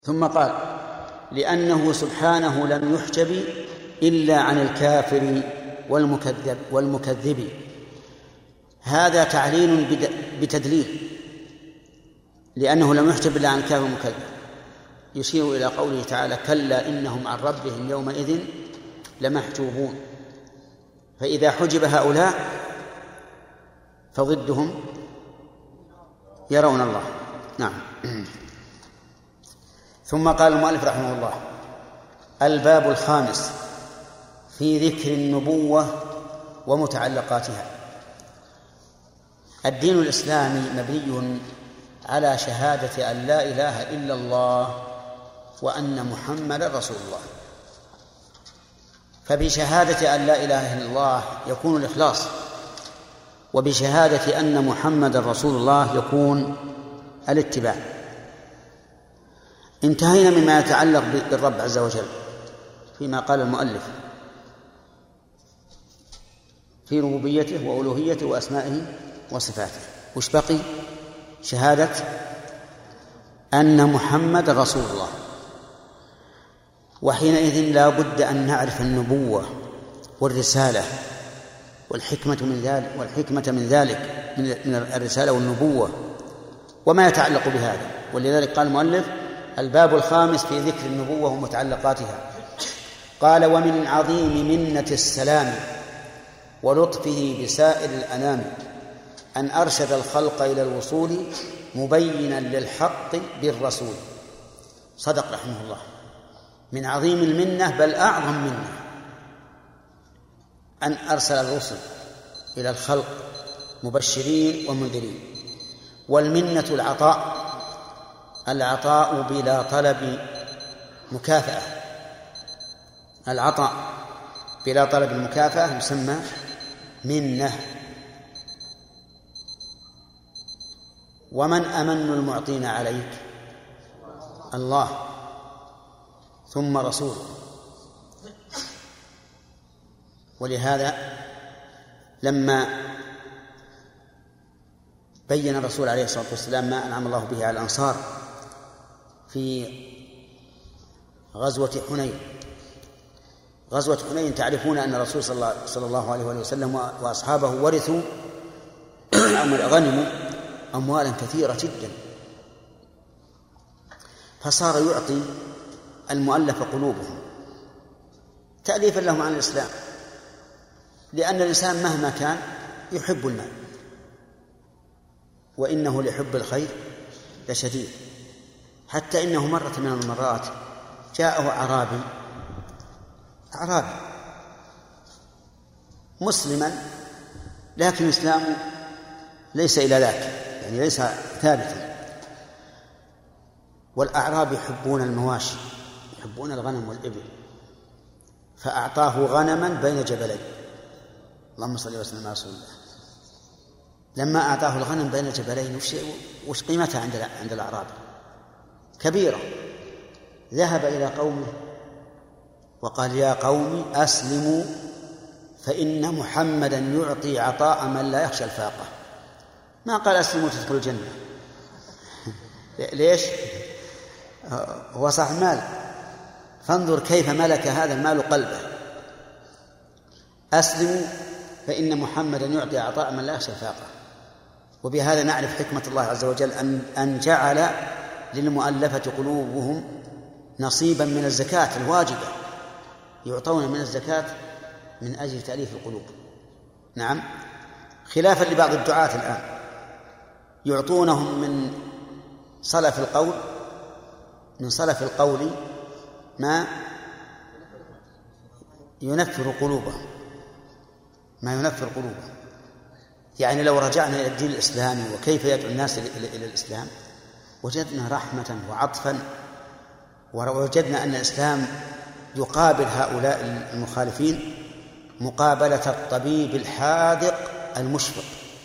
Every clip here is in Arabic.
ثم قال: لأنه سبحانه لم يحجب إلا عن الكافر والمكذب. هذا تعليل بتدليل، لأنه لم يحجب إلا عن الكافر والمكذب، يشير إلى قوله تعالى: كلا إنهم عن ربهم يومئذ لمحجوبون. فإذا حجب هؤلاء فضدهم يرون الله. نعم. ثم قال المؤلف رحمه الله: الباب الخامس في ذكر النبوة ومتعلقاتها. الدين الإسلامي مبني على شهادة أن لا إله إلا الله وأن محمد رسول الله. فبشهادة أن لا إله إلا الله يكون الإخلاص، وبشهادة أن محمد رسول الله يكون الاتباع. انتهينا مما يتعلق بالرب عز وجل فيما قال المؤلف في ربوبيته وألوهيته وأسمائه وصفاته. وش بقي؟ شهادة أن محمد رسول الله. وحينئذ لا بد أن نعرف النبوة والرسالة والحكمة من ذلك من الرسالة والنبوة وما يتعلق بهذا. ولذلك قال المؤلف: الباب الخامس في ذكر النبوة ومتعلقاتها. قال: ومن عظيم منة السلام ولطفه بسائر الأنام أن أرشد الخلق إلى الوصول مبينا للحق بالرسول. صدق رحمه الله. من عظيم المنة بل أعظم منه أن أرسل الرسل إلى الخلق مبشرين ومنذرين. والمنة العطاء بلا طلب مكافأة. العطاء بلا طلب المكافأة يسمى منة. ومن أمن المعطين عليك؟ الله، ثم رسوله. ولهذا لما بين الرسول عليه الصلاة والسلام ما أنعم الله به على الأنصار في غزوة حنين، تعرفون أن الرسول صلى الله عليه وسلم وأصحابه ورثوا غنموا أموالا كثيرة جدا، فصار يعطي المؤلف قلوبهم تأليفا لهم عن الإسلام، لأن الإنسان مهما كان يحب المال، وإنه لحب الخير لشديد. حتى إنه مرة من المرات جاءه أعرابي مسلما، لكن إسلامه ليس إلى ذاك، يعني ليس ثابتا. والأعراب يحبون المواشي، يحبون الغنم والإبل، فأعطاه غنما بين جبلين. اللهم صل وسلم على رسول الله. لما أعطاه الغنم بين جبلين وش قيمتها عند الأعراب؟ كبيرة. ذهب إلى قومه وقال: يا قوم أسلموا فإن محمدا يعطي عطاء من لا يخشى الفاقة. ما قال أسلموا تدخلوا الجنة. ليش؟ هو صاحب مال، فانظر كيف ملك هذا المال قلبه. أسلموا فإن محمدا يعطي عطاء من لا يخشى الفاقة. وبهذا نعرف حكمة الله عز وجل أن جعل للمؤلفة قلوبهم نصيبا من الزكاة الواجبة، يعطون من الزكاة من أجل تأليف القلوب. نعم، خلافا لبعض الدعاة الآن يعطونهم من صلف القول ما ينفر قلوبهم، يعني لو رجعنا إلى الدين الإسلامي وكيف يدعو الناس إلى الإسلام وجدنا رحمة وعطفا، ووجدنا أن الإسلام يقابل هؤلاء المخالفين مقابلة الطبيب الحاذق المشفق.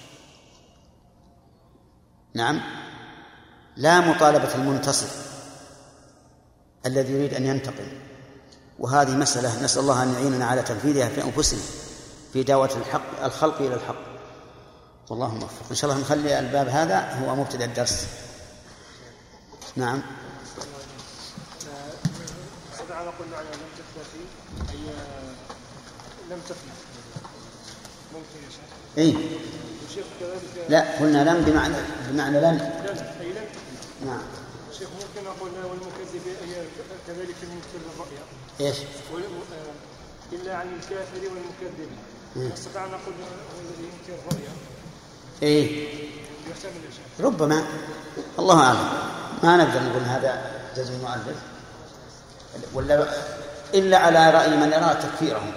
نعم، لا مطالبة المنتصر الذي يريد أن ينتقم. وهذه مسألة نسأل الله أن يعيننا على تنفيذها في أنفسنا في دعوة الخلق إلى الحق. والله موفق. إن شاء الله نخلي الباب هذا هو مبتدأ الدرس. نعم. سبعنا قلنا على لم تكتفي أي لم تفنى ممكن يا شيخ. إيه الشيخ كذلك لا قلنا لم بمعنى لن أي لن تفنى. نعم. الشيخ ممكن أقول والمكذب كذلك منكر الرؤيا إيش إلا عن الكافر والمكذب. استطعنا نقول هو الذي ينكر الرؤيا. إيه يحتمل يا شيخ. ربما الله أعلم ما نقدر نقول هذا جزم المؤلف ولا إلا على رأي من يرى تكفيرهم.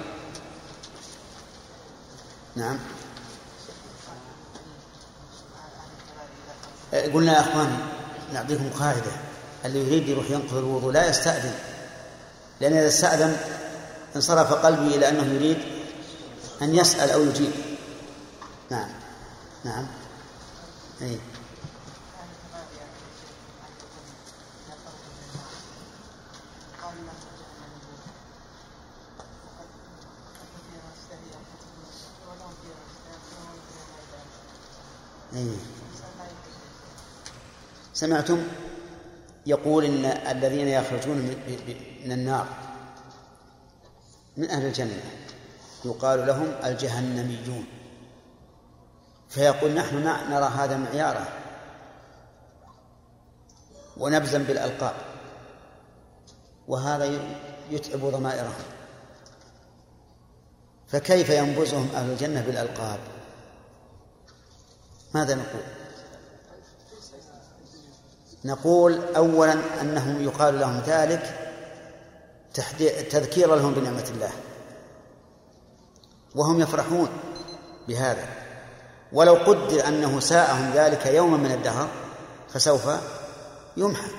نعم. قلنا يا أخوان نعطيكم قاعدة اللي يريد يروح ينقض الوضوء لا يستأذن لأن إذا استأذن انصرف قلبي إلى أنه يريد أن يسأل أو يجيب. نعم نعم أي سمعتم يقول إن الذين يخرجون من النار من أهل الجنة يقال لهم الجهنميون فيقول نحن نرى هذا معيارا ونبزم بالألقاب وهذا يتعب ضمائرهم فكيف ينبزهم أهل الجنة بالألقاب؟ ماذا نقول؟ نقول أولا أنهم يقال لهم ذلك تذكيرا لهم بنعمة الله وهم يفرحون بهذا ولو قدر أنه ساءهم ذلك يوما من الدهر فسوف يمحى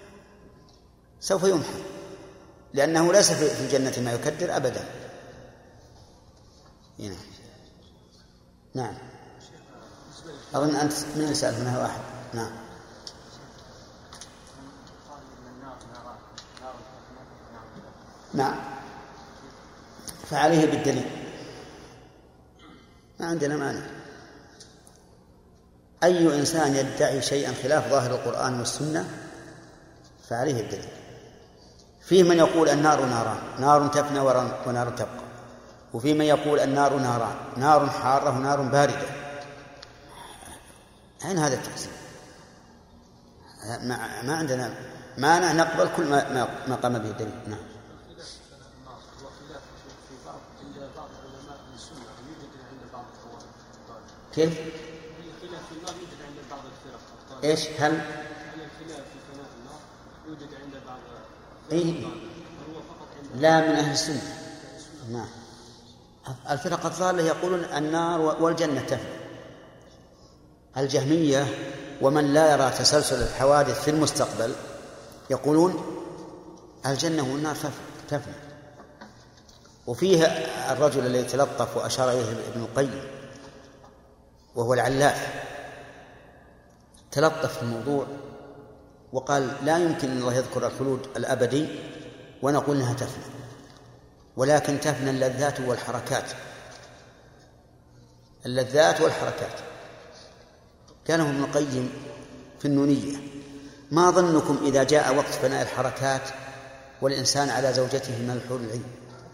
لأنه ليس في الجنة ما يكدر أبدا. نعم أظن أنت من يسأل هنا واحد. نعم نعم فعليه بالدليل ما عندنا مانع. أي إنسان يدعي شيئا خلاف ظاهر القرآن والسنة فعليه الدليل. فيه من يقول النار ناران نار تفنى ونار تبقى وفي من يقول النار ناران نار حارة ونار باردة. أين هذا التقسيم؟ ما عندنا مانع نقبل كل ما قام به الدليل. نعم كيف؟ ايش هل الخلاف في فناء النار يوجد عند بعض إيه؟ لا من أهل السنة. نعم الفرق الضالة يقولون النار والجنة تفنى. الجهمية ومن لا يرى تسلسل الحوادث في المستقبل يقولون الجنة والنار تفنى. وفيه الرجل الذي تلطف وأشار إليه ابن القيم وهو العلاف تلطف في الموضوع وقال لا يمكن أن الله يذكر الخلود الأبدي ونقول أنها تفنى ولكن تفنى اللذات والحركات. كانه ابن القيم في النونية ما ظنكم إذا جاء وقت فناء الحركات والإنسان على زوجته من الحور العين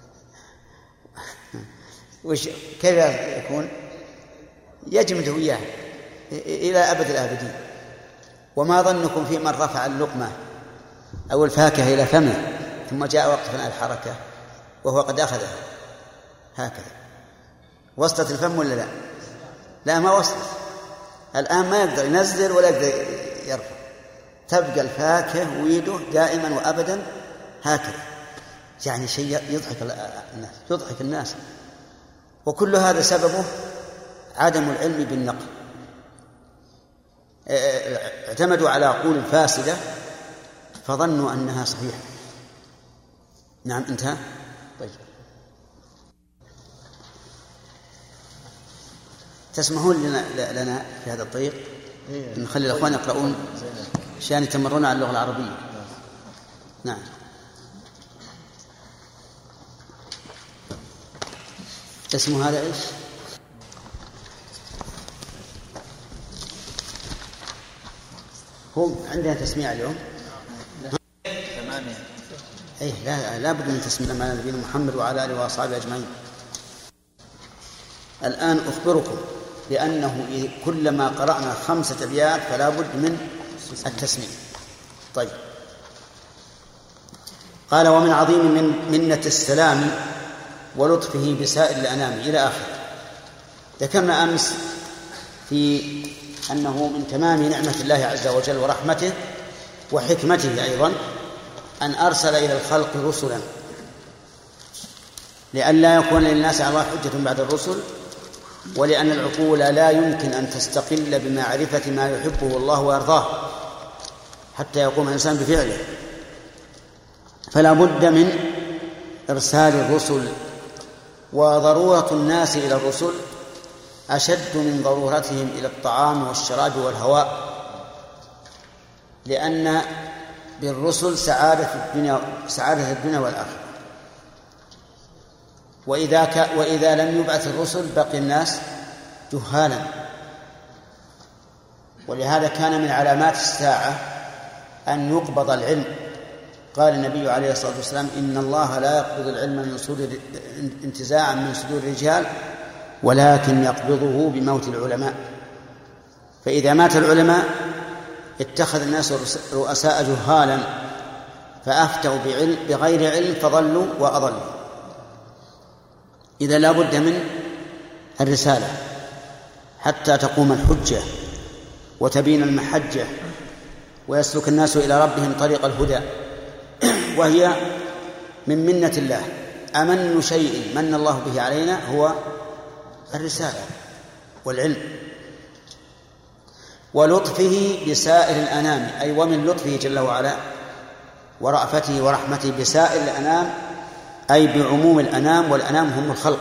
كيف يكون؟ يجمد وياه إلى أبد الآبدين. وما ظنكم في من رفع اللقمة أو الفاكهة إلى فمه ثم جاء وقت فناء الحركة وهو قد أخذها هكذا وصلت الفم ولا لا؟ لا ما وصلت الآن ما يقدر ينزل ولا يقدر يرفع تبقى الفاكهة ويده دائما وأبدا هكذا. يعني شيء يضحك الناس وكل هذا سببه عدم العلم بالنقل. اعتمدوا على عقول فاسدة فظنوا أنها صحيحة. نعم انتهى. طيب تسمحون لنا في هذا الطريق نخلي الأخوان يقرؤون عشان يتمرون على اللغة العربية. نعم اسمه هذا إيش؟ هو عندنا تسميع اليوم 8 أي لا بد من تسمية على نبينا محمد وعلى آله وأصحابه أجمعين. الآن أخبركم بأنه كلما قرأنا 5 أبيات فلا بد من التسمية. طيب، قال: ومن عظيم من منة السلام ولطفه بسائر الأنام، إلى آخر. ذكرنا أمس في أنه من تمام نعمة الله عز وجل ورحمته وحكمته أيضا أن أرسل إلى الخلق رسلا، لئلا يكون للناس على الله حجة بعد الرسل، ولأن العقول لا يمكن أن تستقل بمعرفة ما يحبه الله ويرضاه حتى يقوم الإنسان بفعله، فلا بد من إرسال الرسل. وضرورة الناس إلى الرسل أشد من ضرورتهم إلى الطعام والشراب والهواء، لأن بالرسل سعادة الدنيا والآخرة. وإذا لم يبعث الرسل بقي الناس جهالا. ولهذا كان من علامات الساعة أن يقبض العلم. قال النبي عليه الصلاة والسلام: إن الله لا يقبض العلم من صدور انتزاعا من صدور الرجال، ولكن يقبضه بموت العلماء. فإذا مات العلماء اتخذ الناس رؤساء جهالا فأفتوا بغير علم فضلوا وأضلوا. إذا لا بد من الرسالة حتى تقوم الحجة وتبين المحجة ويسلك الناس إلى ربهم طريق الهدى، وهي من منة الله. أمن شيء من الله به علينا هو الرسالة والعلم. ولطفه بسائر الأنام، أي ومن لطفه جل وعلا ورأفته ورحمته بسائر الأنام، أي بعموم الأنام، والأنام هم الخلق،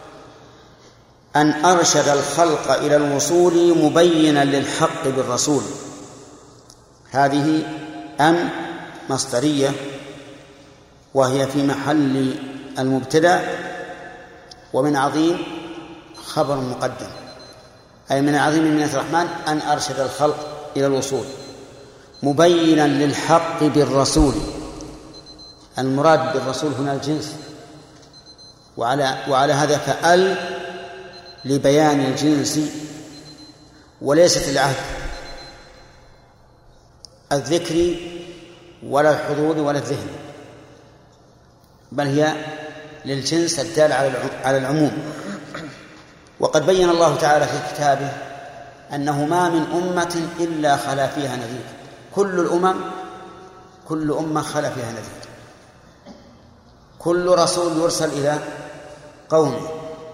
أن أرشد الخلق إلى الوصول مبينا للحق بالرسول. هذه أن مصدرية وهي في محل المبتدأ، ومن عظيم خبر مقدم، أي من عظيم منة الرحمن أن أرشد الخلق إلى الوصول مبينا للحق بالرسول. المراد بالرسول هنا الجنس، وعلى هذا فأل لبيان الجنس وليست العهد الذكري ولا الحضور ولا الذهن، بل هي للجنس الدال على العموم. وقد بين الله تعالى في كتابه أنه ما من أمة إلا خلا فيها نذير. كل أمة خلا فيها نذير. كل رسول يرسل إلى قومه،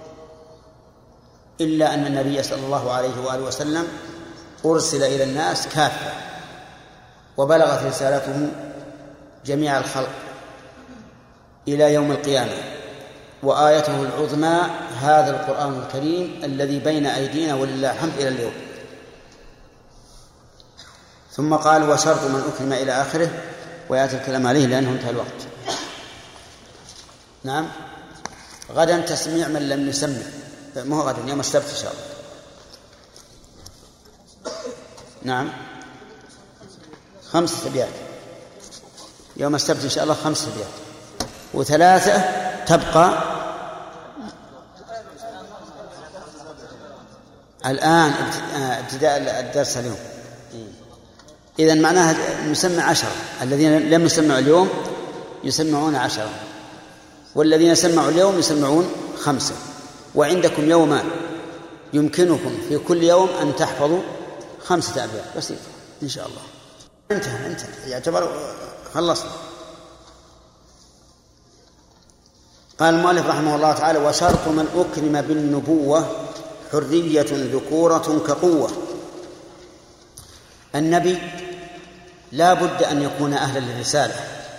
إلا أن النبي صلى الله عليه وآله وسلم أرسل إلى الناس كافة، وبلغت رسالته جميع الخلق إلى يوم القيامة. وآيته العظمى هذا القرآن الكريم الذي بين أيدينا ولله الحمد إلى اليوم. ثم قال: وشرط من أكرم إلى آخره، ويأتي الكلام عليه لأنه انتهى الوقت. نعم، غدا تسميع من لم يسمع، ما هو غدا، يوم السبت إن شاء الله. نعم، 5 أبيات يوم السبت إن شاء الله، 5 أبيات، و3 تبقى الآن ابتداء الدرس اليوم. إذن معناها نسمع 10، الذين لم يسمعوا اليوم يسمعون 10، والذين سمعوا اليوم يسمعون 5. وعندكم يومان يمكنكم في كل يوم أن تحفظوا 5 أبيات بس إن شاء الله. انتهى يعتبر خلصنا. قال المؤلف رحمه الله تعالى: وشرط من أكرم بالنبوة حرية ذكورة كقوة. النبي لا بد أن يكون أهلا للرسالة،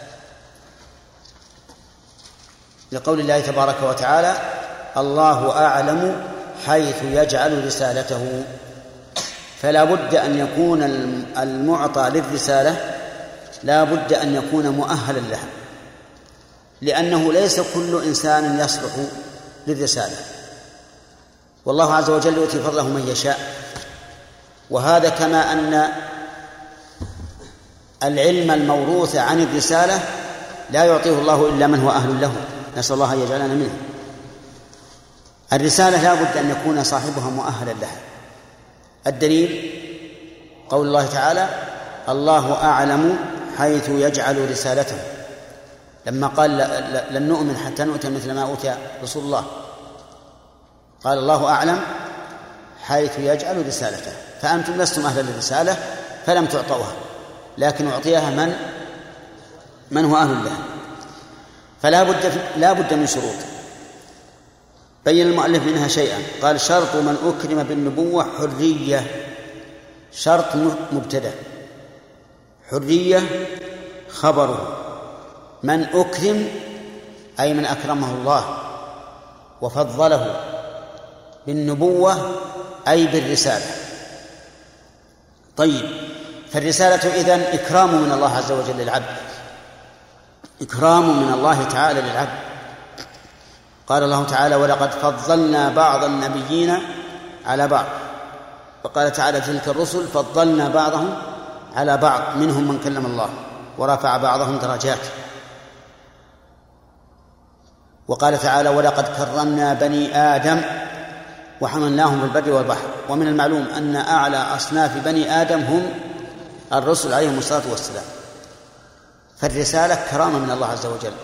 لقول الله تبارك وتعالى: الله أعلم حيث يجعل رسالته. فلا بد أن يكون المعطى للرسالة لا بد أن يكون مؤهلا لها، لأنه ليس كل إنسان يصلح للرسالة، والله عز وجل يؤتي فضله من يشاء. وهذا كما أن العلم الموروث عن الرسالة لا يعطيه الله إلا من هو أهل له، نسأل الله أن يجعلنا منه. الرسالة لا بد أن يكون صاحبها مؤهلا لها. الدليل قول الله تعالى: الله أعلم حيث يجعل رسالته، لما قال لن نؤمن حتى نؤتى مثل ما أوتي رسول الله، قال الله أعلم حيث يجعل رسالته، فأنتم لستم أهلا للرسالة فلم تعطوها، لكن أعطيها من هو أهل لها. فلا بد من شروط. بين المؤلف منها شيئا، قال: شرط من أكرم بالنبوة حرية. شرط مبتدأ، حرية خبره. من أكرم أي من أكرمه الله وفضله بالنبوة أي بالرسالة. طيب، فالرسالة إذن إكرام من الله عز وجل للعبد، إكرام من الله تعالى للعبد. قال الله تعالى: ولقد فضلنا بعض النبيين على بعض. وقال تعالى: تلك الرسل فضلنا بعضهم على بعض، منهم من كلم الله ورفع بعضهم درجات. وقال تعالى: ولقد كرمنا بني آدم وحملناهم في البر والبحر. ومن المعلوم أن أعلى أصناف بني آدم هم الرسل عليهم الصلاة والسلام. فالرسالة كرامة من الله عز وجل،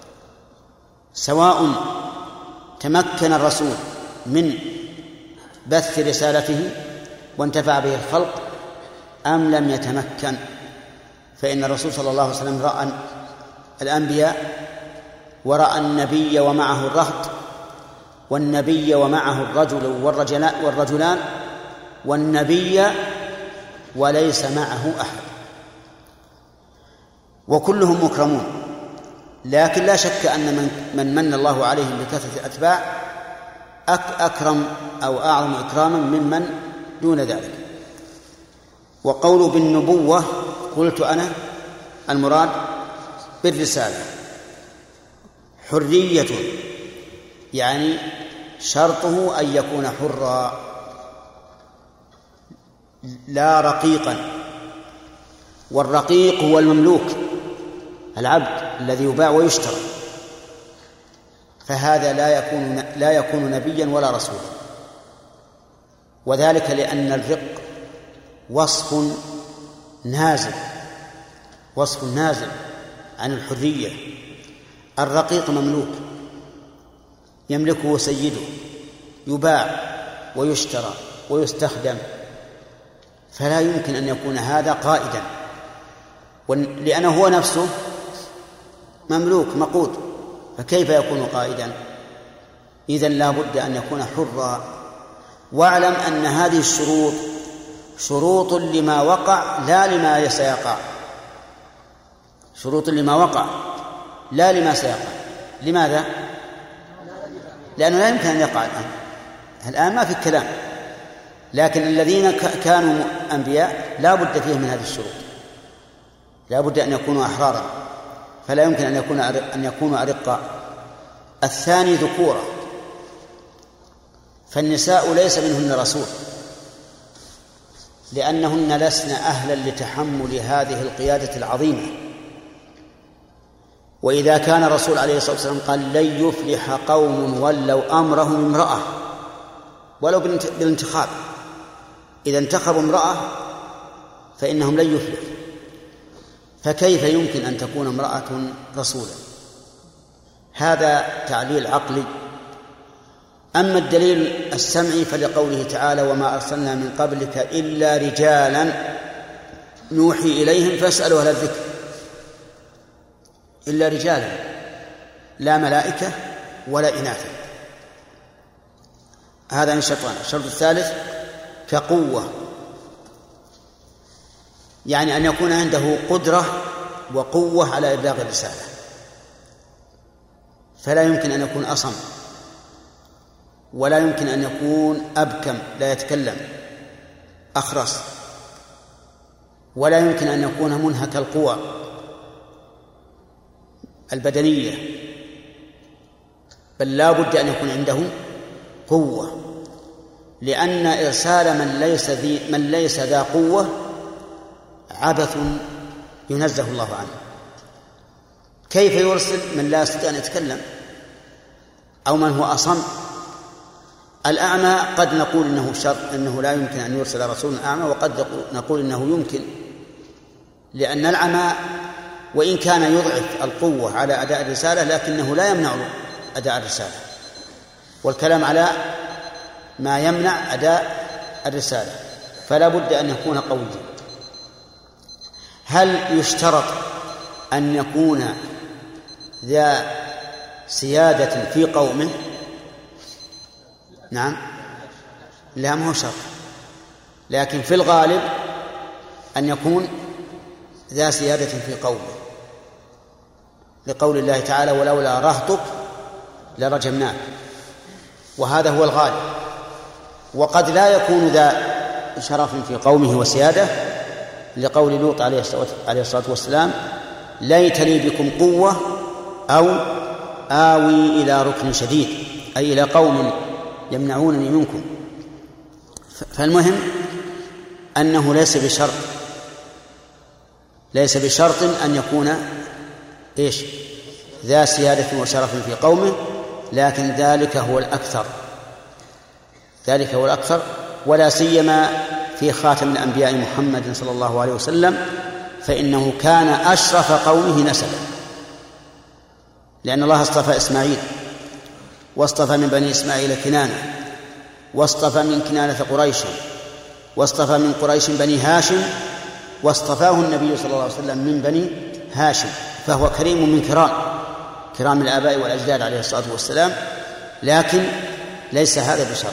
سواء تمكن الرسول من بث رسالته وانتفع به الخلق أم لم يتمكن. فإن الرسول صلى الله عليه وسلم رأى الأنبياء ورأى النبي ومعه الرهط، والنبي ومعه الرجل والرجلان، والنبي وليس معه أحد، وكلهم مكرمون. لكن لا شك أن من الله عليهم بكثرة الأتباع أكرم أو أعظم إكراما ممن دون ذلك. وقول بالنبوة قلت أنا المراد بالرسالة حرية، يعني شرطه أن يكون حرا لا رقيقا. والرقيق هو المملوك، العبد الذي يباع ويشترى، فهذا لا يكون نبيا ولا رسولا. وذلك لأن الرق وصف نازل عن الحرية. الرقيق مملوك يملكه سيده، يباع ويشترى ويستخدم، فلا يمكن أن يكون هذا قائدا، لأنه هو نفسه مملوك مقود، فكيف يكون قائدا؟ إذن لا بد أن يكون حرا. واعلم أن هذه الشروط شروط لما وقع لا لما سيقع، شروط لما وقع لا لما سيقع. لماذا؟ لأنه لا يمكن أن يقع الآن ما في الكلام، لكن الذين كانوا أنبياء لا بد فيهم من هذه الشروط، لا بد أن يكونوا أحرارا، فلا يمكن أن يكونوا أرقاء. الثاني ذكورة، فالنساء ليس منهن رسول، لأنهن لسن أهلا لتحمل هذه القيادة العظيمة. وإذا كان الرسول عليه الصلاة والسلام قال: لن يفلح قوم ولوا أمرهم امرأة، ولو بالانتخاب، إذا انتخبوا امرأة فإنهم لن يفلح، فكيف يمكن أن تكون امرأة رسولا؟ هذا تعليل عقلي. أما الدليل السمعي فلقوله تعالى: وما أرسلنا من قبلك إلا رجالا نوحي إليهم فاسألوا أهل الذكر. إلا رجالا، لا ملائكة ولا إناثا. هذا من شرطان. الشرط الثالث كقوة، يعني أن يكون عنده قدرة وقوة على إبلاغ الرسالة، فلا يمكن أن يكون أصم، ولا يمكن أن يكون أبكم لا يتكلم أخرس، ولا يمكن أن يكون منهك القوى البدنية، بل لا بد أن يكون عنده قوة، لأن إرسال من ليس ذا قوة عبث ينزه الله عنه. كيف يرسل من لا يستطيع أن يتكلم أو من هو أصم؟ الأعمى قد نقول إنه لا يمكن أن يرسل رسول أعمى، وقد نقول إنه يمكن، لأن العمى وإن كان يضعف القوة على أداء الرسالة لكنه لا يمنع أداء الرسالة، والكلام على ما يمنع أداء الرسالة، فلا بد أن يكون قويا. هل يشترط أن يكون ذا سيادة في قومه؟ نعم، لا، ما هو شرط، لكن في الغالب أن يكون ذا سيادة في قومه، لقول الله تعالى: ولولا رهطك لرجمناك، وهذا هو الغالب. وقد لا يكون ذا شرف في قومه وسيادة، لقول لوط عليه الصلاة والسلام: ليت لي بكم قوة أو آوي إلى ركن شديد، أي إلى قوم يمنعونني منكم. فالمهم أنه ليس بشرط أن يكون ذا سيادة وشرف في قومه، لكن ذلك هو الأكثر، ولا سيما في خاتم الأنبياء محمد صلى الله عليه وسلم، فإنه كان أشرف قومه نسبا، لأن الله اصطفى إسماعيل، واصطفى من بني إسماعيل كنانة، واصطفى من كنانة قريشا، واصطفى من قريش بني هاشم، واصطفاه النبي صلى الله عليه وسلم من بني هاشم، فهو كريم من كرام الآباء والأجداد عليه الصلاة والسلام، لكن ليس هذا بشرط.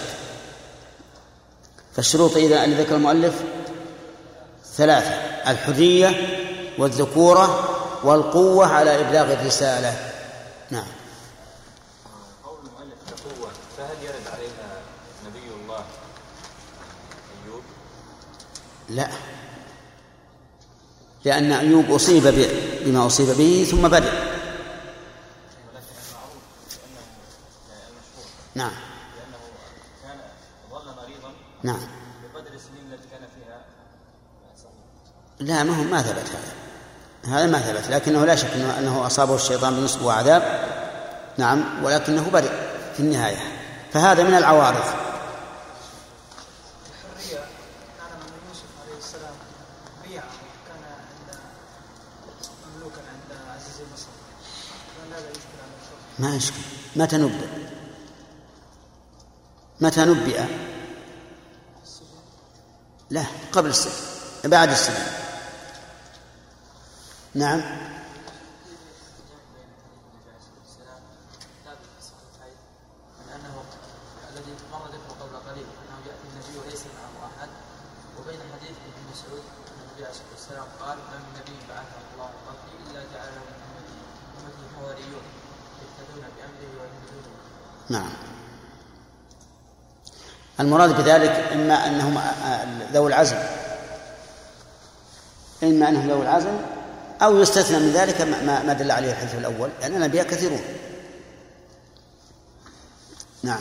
فالشروط إذا اللي ذكر المؤلف 3: الحرية والذكورة والقوة على إبلاغ الرسالة. نعم. قول المؤلف كقوة، فهل يرد عليها نبي الله أيوب؟ لا، لأن أيوب أصيب بما أصيب به ثم بدأ. نعم، لأنه كان ظل مريضا نعم، بقدر السنين التي كان فيها. لا، ما ثبت هذا ما ثبت، لكنه لا شك أنه أصابه الشيطان بنصب وعذاب، نعم، ولكنه برئ في النهاية، فهذا من العوارض. الحرية نعلم أن يوسف عليه السلام بيع، كان مملوكا عند عزيز مصر، فهل هذا يشكل على الشرط؟ ما يشكل. متى نبئ؟ لا، قبل السجن، بعد السجن. نعم. لأنه الذي مر ذكره قبل قليل أنه يأتي النبي وليس معه أحد، وبين حديث ابن مسعود أن النبي عليه الصلاة والسلام قال: ما من نبي بعثه الله قبلي إلا جعل له من أمته حواريون يهتدون بأمره ويهتدون. نعم. المراد بذلك إما أنهم ذو العزم، أو يستثنى من ذلك ما دل عليه الحديث الأول، لأن الأنبياء كثيرون. نعم.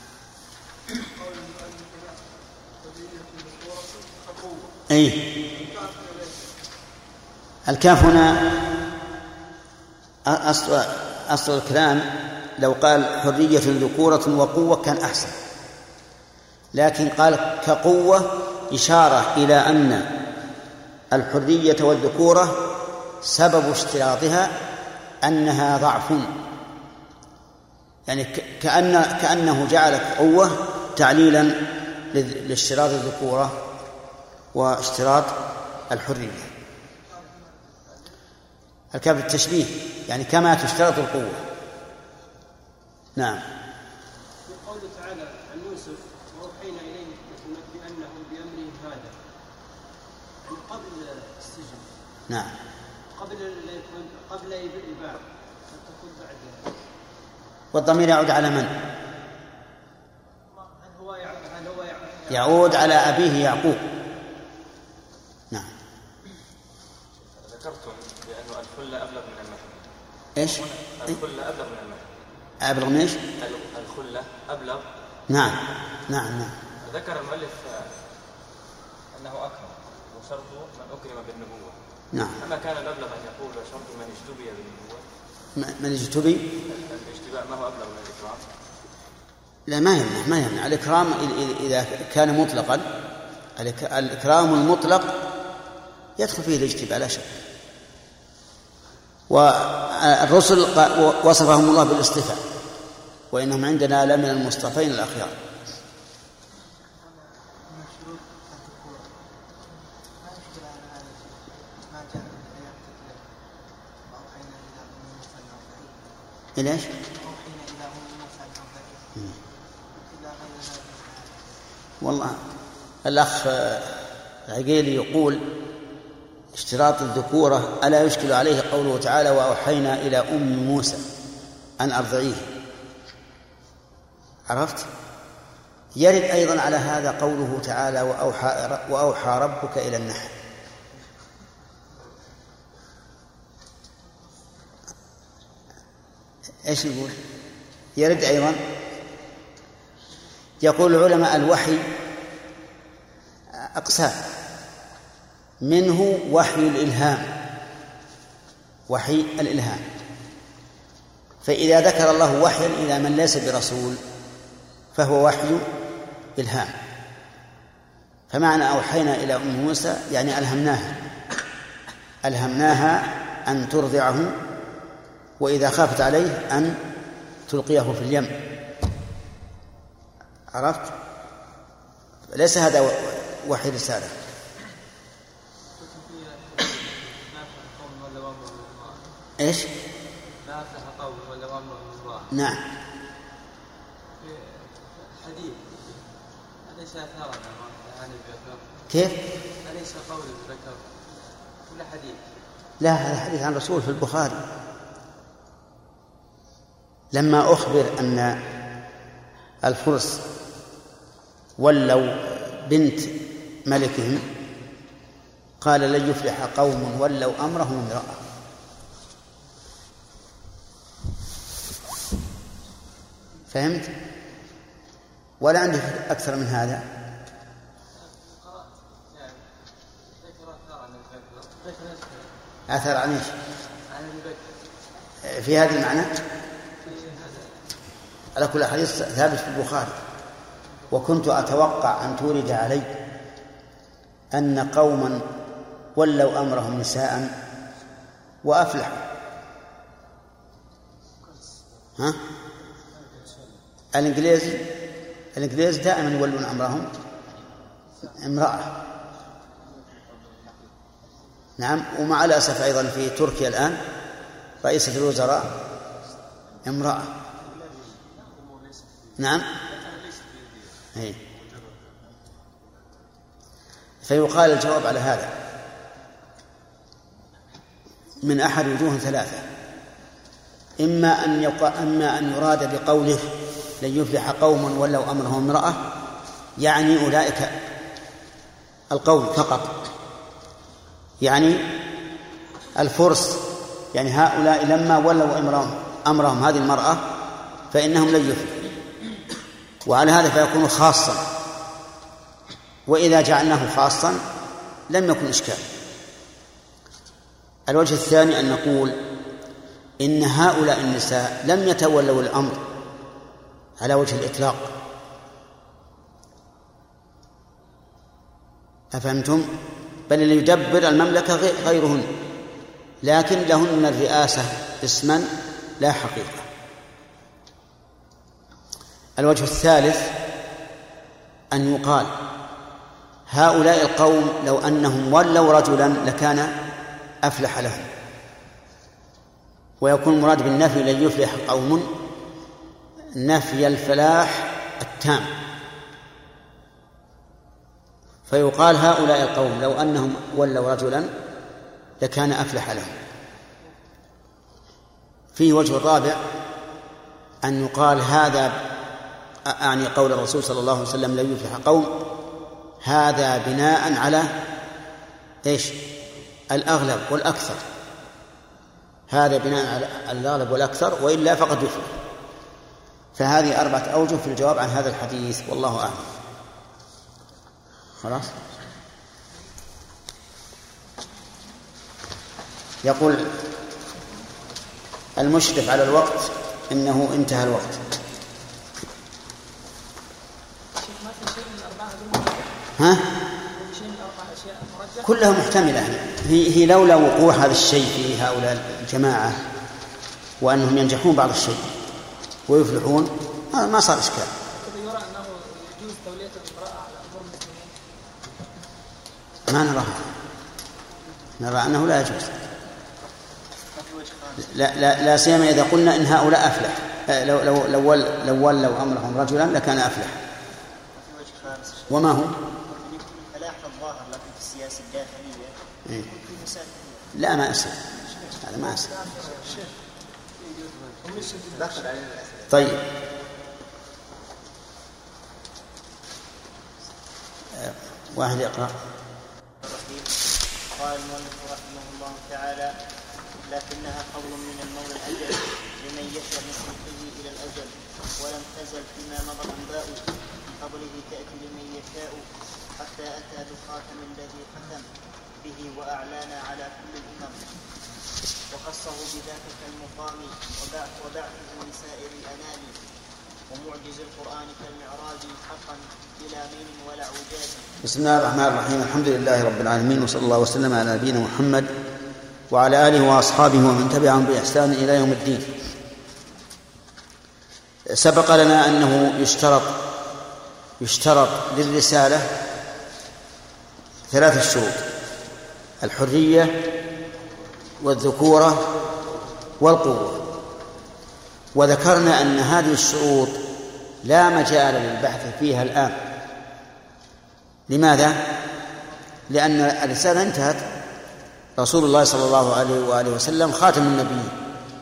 الكاف هنا أصل الكلام لو قال حرية ذكورة وقوة كان أحسن، لكن قال كقوة إشارة إلى أن الحرية والذكورة سبب اشتراطها أنها ضعف، يعني كأنه جعل قوة تعليلا لاشتراط الذكورة واشتراط الحرية. الكاف التشبيه، يعني كما تشترط القوة. نعم. قوله تعالى عن يوسف: وأوحينا إليه لتنبئنهم بأمرهم هذا، يعني قبل السجن. نعم. قبل الإباء، تكون بعد. والضمير يعود على من؟ يعود على أبيه يعقوب. نعم. ذكرتم بأن الخلة أبلغ من المحن. إيش؟ الخلة أبلغ من المحن. أبلغ من إيش؟ الخلة أبلغ. نعم نعم نعم. ذكر المؤلف أنه أكرم، وشرط من أكرم بالنبوة. نعم. أما كان الأبلغ أن يقول شرط من اجتبي بالنبوة، من اجتبي الاجتباء ما هو أبلغ من الإكرام؟ لا، ما يمنع الإكرام إذا كان مطلقا. الإكرام المطلق يدخل فيه الاجتباء لا شك. والرسل وصفهم الله بالاصطفاء، وإنهم عندنا لمن المصطفين الأخيار. ليش؟ والله الأخ عقيلي يقول اشتراط الذكورة ألا يشكل عليه قوله تعالى وأوحينا إلى أم موسى أن أرضعيه؟ عرفت؟ يرد أيضا على هذا قوله تعالى وأوحى ربك إلى النحل. ايش يقول؟ يرد ايضا. يقول العلماء الوحي اقسام، منه وحي الالهام، وحي الالهام، فاذا ذكر الله وحيا الى من ليس برسول فهو وحي الهام. فمعنى اوحينا الى ام موسى يعني الهمناها ان ترضعه، وإذا خافت عليه أن تلقيه في اليم. عرفت؟ ليس هذا وحي رسالة. إيش؟ نعم. كيف؟ أليس قول ذكر ولا حديث؟ لا، هذا حديث عن رسول في البخاري لما أخبر أن الفرس ولوا بنت ملكهم قال لن يفلح قوم ولوا أمرهم امرأة. فهمت؟ ولا عندك أكثر من هذا؟ أثر عن إيش؟ في هذا المعنى؟ على كل حديث ثابت في البخاري. وكنت أتوقع أن تورد علي أن قوما ولوا أمرهم نساء وأفلحوا. ها؟ الإنجليز دائما يولون أمرهم امرأة. نعم. ومع الأسف أيضا في تركيا الآن رئيسة الوزراء امرأة. نعم. فيقال الجواب على هذا من أحد وجوه ثلاثة: إما أن يراد بقوله لن يفلح قوم ولوا أمرهم امرأة يعني أولئك القوم فقط، يعني الفرس، يعني هؤلاء لما ولوا أمرهم هذه المرأة فإنهم لن يفلحوا، وعلى هذا فيكون خاصا. وإذا جعلناه خاصا لم يكن إشكال. الوجه الثاني أن نقول إن هؤلاء النساء لم يتولوا الأمر على وجه الإطلاق. أفهمتم؟ بل اللي يدبر المملكة غيرهن، لكن لهن من الرئاسة اسما لا حقيقة. الوجه الثالث أن يقال هؤلاء القوم لو أنهم ولوا رجلا لكان أفلح لهم، ويكون مراد بالنفي لن يفلح قوم نفي الفلاح التام، فيقال هؤلاء القوم لو أنهم ولوا رجلا لكان أفلح لهم. فيه وجه رابع أن يقال هذا أعني قول الرسول صلى الله عليه وسلم لن يفلح قوم، هذا بناء على إيش؟ الأغلب والأكثر. هذا بناء على الأغلب والأكثر، وإلا فقد يفلح. فهذه 4 أوجه في الجواب عن هذا الحديث، والله أعلم. خلاص. يقول المشرف على الوقت إنه انتهى الوقت. ها؟ كلها محتملة. هي لولا وقوع هذا الشيء في هؤلاء الجماعة وأنهم ينجحون بعض الشيء ويفلحون ما صار إشكال. يرى أنه يجوز تولية الامرأة على أمور المسلمين. ما نرى أنه لا يجوز. لا سيما إذا قلنا إن هؤلاء أفلح. لو ولوا أمرهم رجلا لكان أفلح. وما هو؟ فلاح الظاهر لكن في السياسة الداخلية لا ما أسأل هذا ما أسأل. طيب واحد يقرأ. قال المؤلف رحمه الله تعالى: لكنها قول من المولى الأجل لمن يشاء من خلقه إلى الأجل، ولم تزل فيما مضى الأنباء من قبله تأتي لمن يشاء، حتى أتى بالخاتم الذي ختم به وأعلان على كل الأمم، وخصه بذاك كالمقام وبعثه لسائر الأنام، ومعجز القرآن كالمعراج حقا بلا مين ولا عجاز. بسم الله الرحمن الرحيم. الحمد لله رب العالمين، وصلى الله وسلم على نبينا محمد وعلى آله وأصحابه ومن تبعهم بإحسان إلى يوم الدين. سبق لنا أنه يشترط للرسالة 3 شروط: الحرية والذكورة والقوة. وذكرنا أن هذه الشروط لا مجال للبحث فيها الآن. لماذا؟ لأن الرسالة انتهت، رسول الله صلى الله عليه وآله وسلم خاتم النبيين،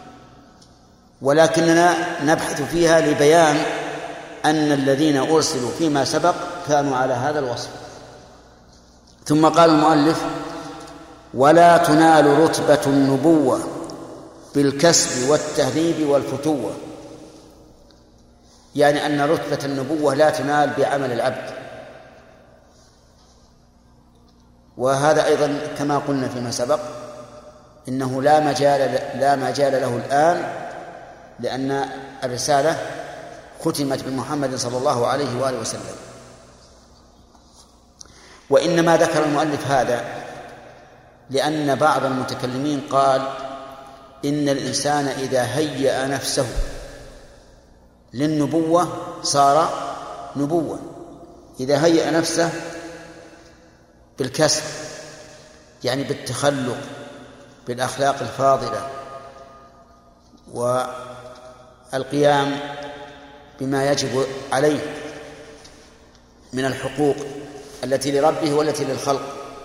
ولكننا نبحث فيها لبيان أن الذين أرسلوا فيما سبق كانوا على هذا الوصف. ثم قال المؤلف: ولا تنال رتبة النبوة بالكسب والتهذيب والفتوة. يعني أن رتبة النبوة لا تنال بعمل العبد، وهذا أيضا كما قلنا فيما سبق إنه لا مجال له الآن، لأن الرسالة ختمت بمحمد صلى الله عليه وآله وسلم. وإنما ذكر المؤلف هذا لأن بعض المتكلمين قال إن الإنسان إذا هيأ نفسه للنبوة صار نبوة، إذا هيأ نفسه بالكسب يعني بالتخلق بالأخلاق الفاضلة والقيام بما يجب عليه من الحقوق التي لربه والتي للخلق،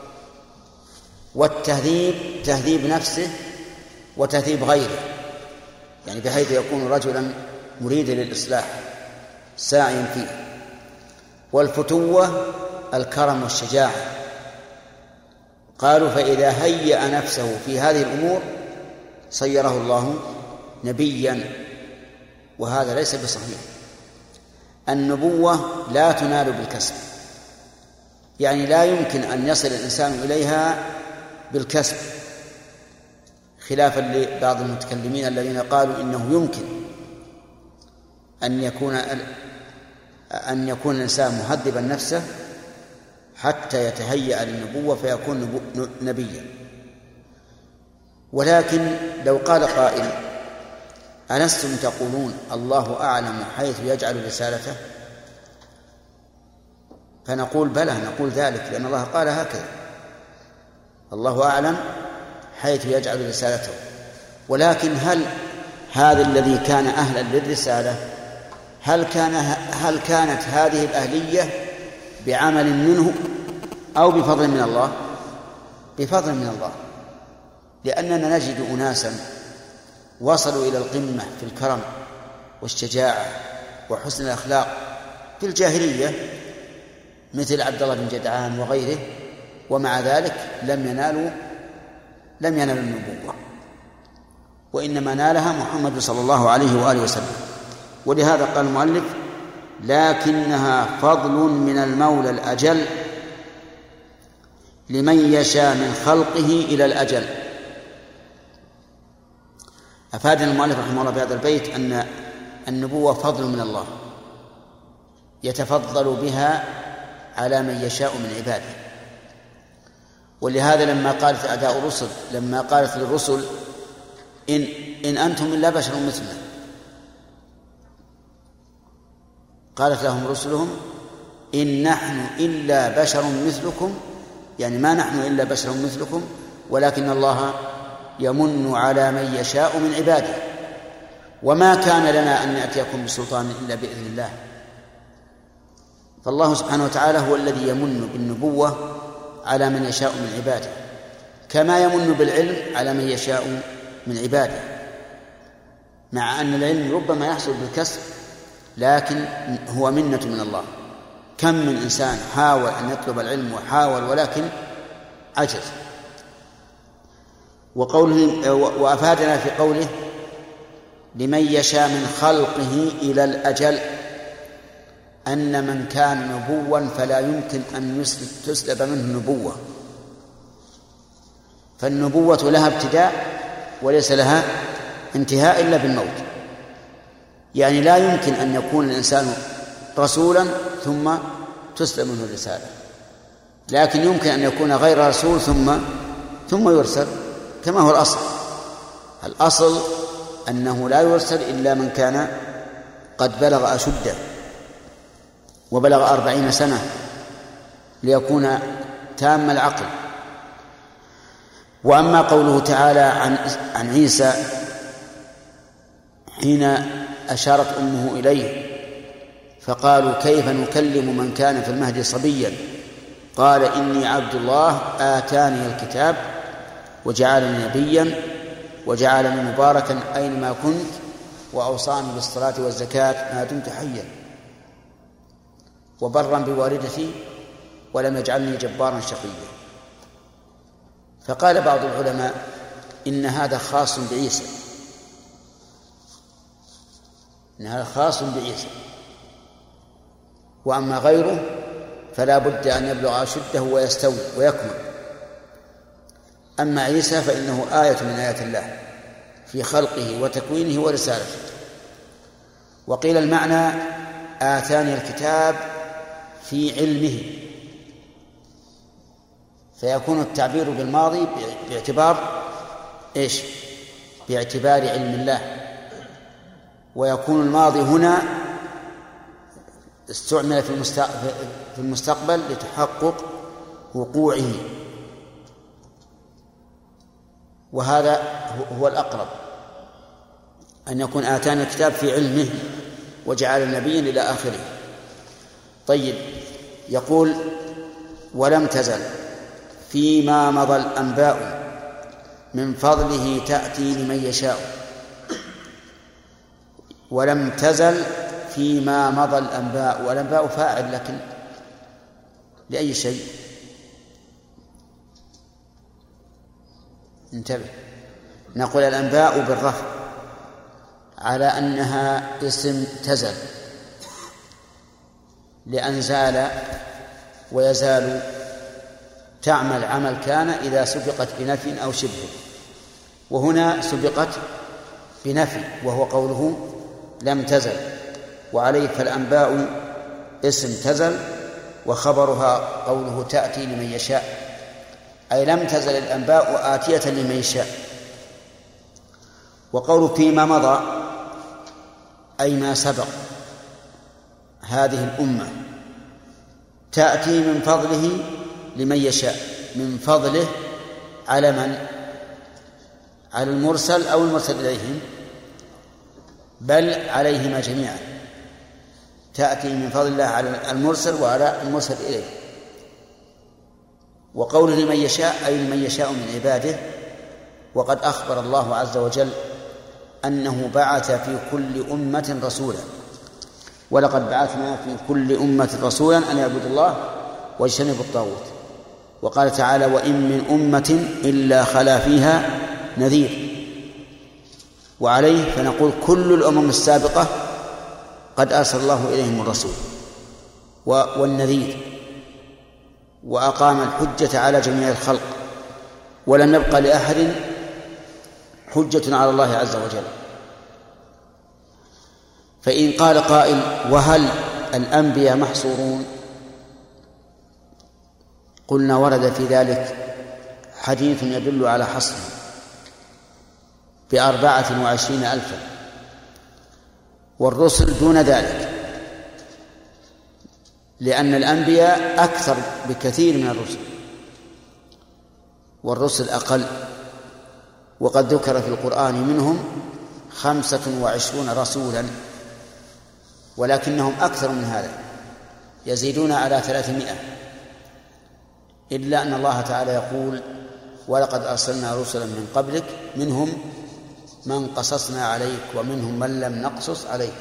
والتهذيب تهذيب نفسه وتهذيب غيره، يعني بحيث يكون رجلا مريدا للإصلاح ساعيا فيه. والفتوة الكرم والشجاعة. قالوا فإذا هيأ نفسه في هذه الأمور صيره الله نبيا، وهذا ليس بصحيح. النبوة لا تنال بالكسب، يعني لا يمكن أن يصل الإنسان إليها بالكسب، خلافا لبعض المتكلمين الذين قالوا إنه يمكن أن يكون الإنسان مهذبا نفسه حتى يتهيأ للنبوة فيكون نبيا. ولكن لو قال قائل: ألستم تقولون الله أعلم حيث يجعل رسالته؟ فنقول بلى، نقول ذلك لأن الله قال هكذا: الله أعلم حيث يجعل رسالته. ولكن هل هذا الذي كان أهلا للرسالة هل كانت هذه الأهلية بعمل منه أو بفضل من الله؟ بفضل من الله، لأننا نجد أناسا وصلوا إلى القمة في الكرم والشجاعة وحسن الأخلاق في الجاهلية مثل عبد الله بن جدعان وغيره، ومع ذلك لم ينالوا النبوة، وإنما نالها محمد صلى الله عليه وآله وسلم. ولهذا قال المؤلف: لكنها فضل من المولى الأجل لمن يشاء من خلقه إلى الأجل. أفادنا المؤلف رحمه الله بهذا البيت أن النبوة فضل من الله يتفضل بها على من يشاء من عباده. ولهذا لما قالت أعداء الرسل، لما قالت للرسل إن أنتم إلا بشر مثلنا، قالت لهم رسلهم إن نحن إلا بشر مثلكم، يعني ما نحن إلا بشر مثلكم ولكن الله يمن على من يشاء من عباده، وما كان لنا أن نأتيكم بسلطان إلا بإذن الله. فالله سبحانه وتعالى هو الذي يمن بالنبوة على من يشاء من عباده، كما يمن بالعلم على من يشاء من عباده، مع أن العلم ربما يحصل بالكسر لكن هو منة من الله. كم من إنسان حاول أن يطلب العلم وحاول ولكن عجز. وأفادنا في قوله لمن يشاء من خلقه إلى الأجل أن من كان نبوا فلا يمكن أن تسلب منه النبوة، فالنبوة لها ابتداء وليس لها انتهاء إلا بالموت. يعني لا يمكن أن يكون الإنسان رسولا ثم تسلب منه الرسالة، لكن يمكن أن يكون غير رسول ثم يرسل، كما هو الأصل. الأصل أنه لا يرسل إلا من كان قد بلغ أشده وبلغ 40 سنة ليكون تام العقل. وأما قوله تعالى عن عيسى حين أشارت أمه إليه فقالوا كيف نكلم من كان في المهد صبيا قال إني عبد الله آتاني الكتاب وجعلني نبيا وجعلني مباركا أينما كنت وأوصاني بالصلاة والزكاة ما دمت حيا وبرا بوالدتي ولم يجعلني جبارا شقيا. فقال بعض العلماء إن هذا خاص بعيسى، إن هذا خاص بعيسى، وأما غيره فلا بد أن يبلغ أشده ويستوي ويكمل. أما عيسى فإنه آية من آيات الله في خلقه وتكوينه ورسالته. وقيل المعنى آتاني الكتاب في علمه، فيكون التعبير بالماضي باعتبار إيش؟ باعتبار علم الله، ويكون الماضي هنا استعمل في المستقبل لتحقق وقوعه، وهذا هو الأقرب أن يكون آتانا الكتاب في علمه وجعل نبيا إلى آخره. طيب، يقول ولم تزل فيما مضى الأنباء من فضله تأتي لمن يشاء. ولم تزل فيما مضى الأنباء، والأنباء فاعل لكن لأي شيء؟ انتبه، نقول الأنباء بالرفع على أنها اسم تزل، لأن زال ويزال تعمل عمل كان إذا سبقت بنفي أو شبه، وهنا سبقت بنفي وهو قوله لم تزل، وعليه فالأنباء اسم تزل وخبرها قوله تأتي لمن يشاء، أي لم تزل الأنباء آتية لمن يشاء. وقوله فيما مضى أي ما سبق هذه الأمة تأتي من فضله لمن يشاء. من فضله على من؟ على المرسل أو المرسل إليهم؟ بل عليهما جميعا، تأتي من فضل الله على المرسل وعلى المرسل إليه. وقوله لمن يشاء أي لمن يشاء من عباده. وقد أخبر الله عز وجل أنه بعث في كل أمة رسولا، ولقد بعثنا في كل أمة رسولا أن يعبدوا الله واجتنبوا الطاغوت. وقال تعالى وإن من أمة إلا خلا فيها نذير. وعليه فنقول كل الأمم السابقة قد أرسل الله إليهم الرسول والنذير، وأقام الحجة على جميع الخلق، ولم يبق لأحد حجة على الله عز وجل. فإن قال قائل: وهل الأنبياء محصورون؟ قلنا: ورد في ذلك حديث يدل على حصره ب24,000، والرسل دون ذلك، لأن الأنبياء أكثر بكثير من الرسل والرسل أقل. وقد ذكر في القرآن منهم 25 رسولا، ولكنهم أكثر من هذا، يزيدون على 300، إلا أن الله تعالى يقول: ولقد أرسلنا رسلا من قبلك منهم من قصصنا عليك ومنهم من لم نقصص عليك.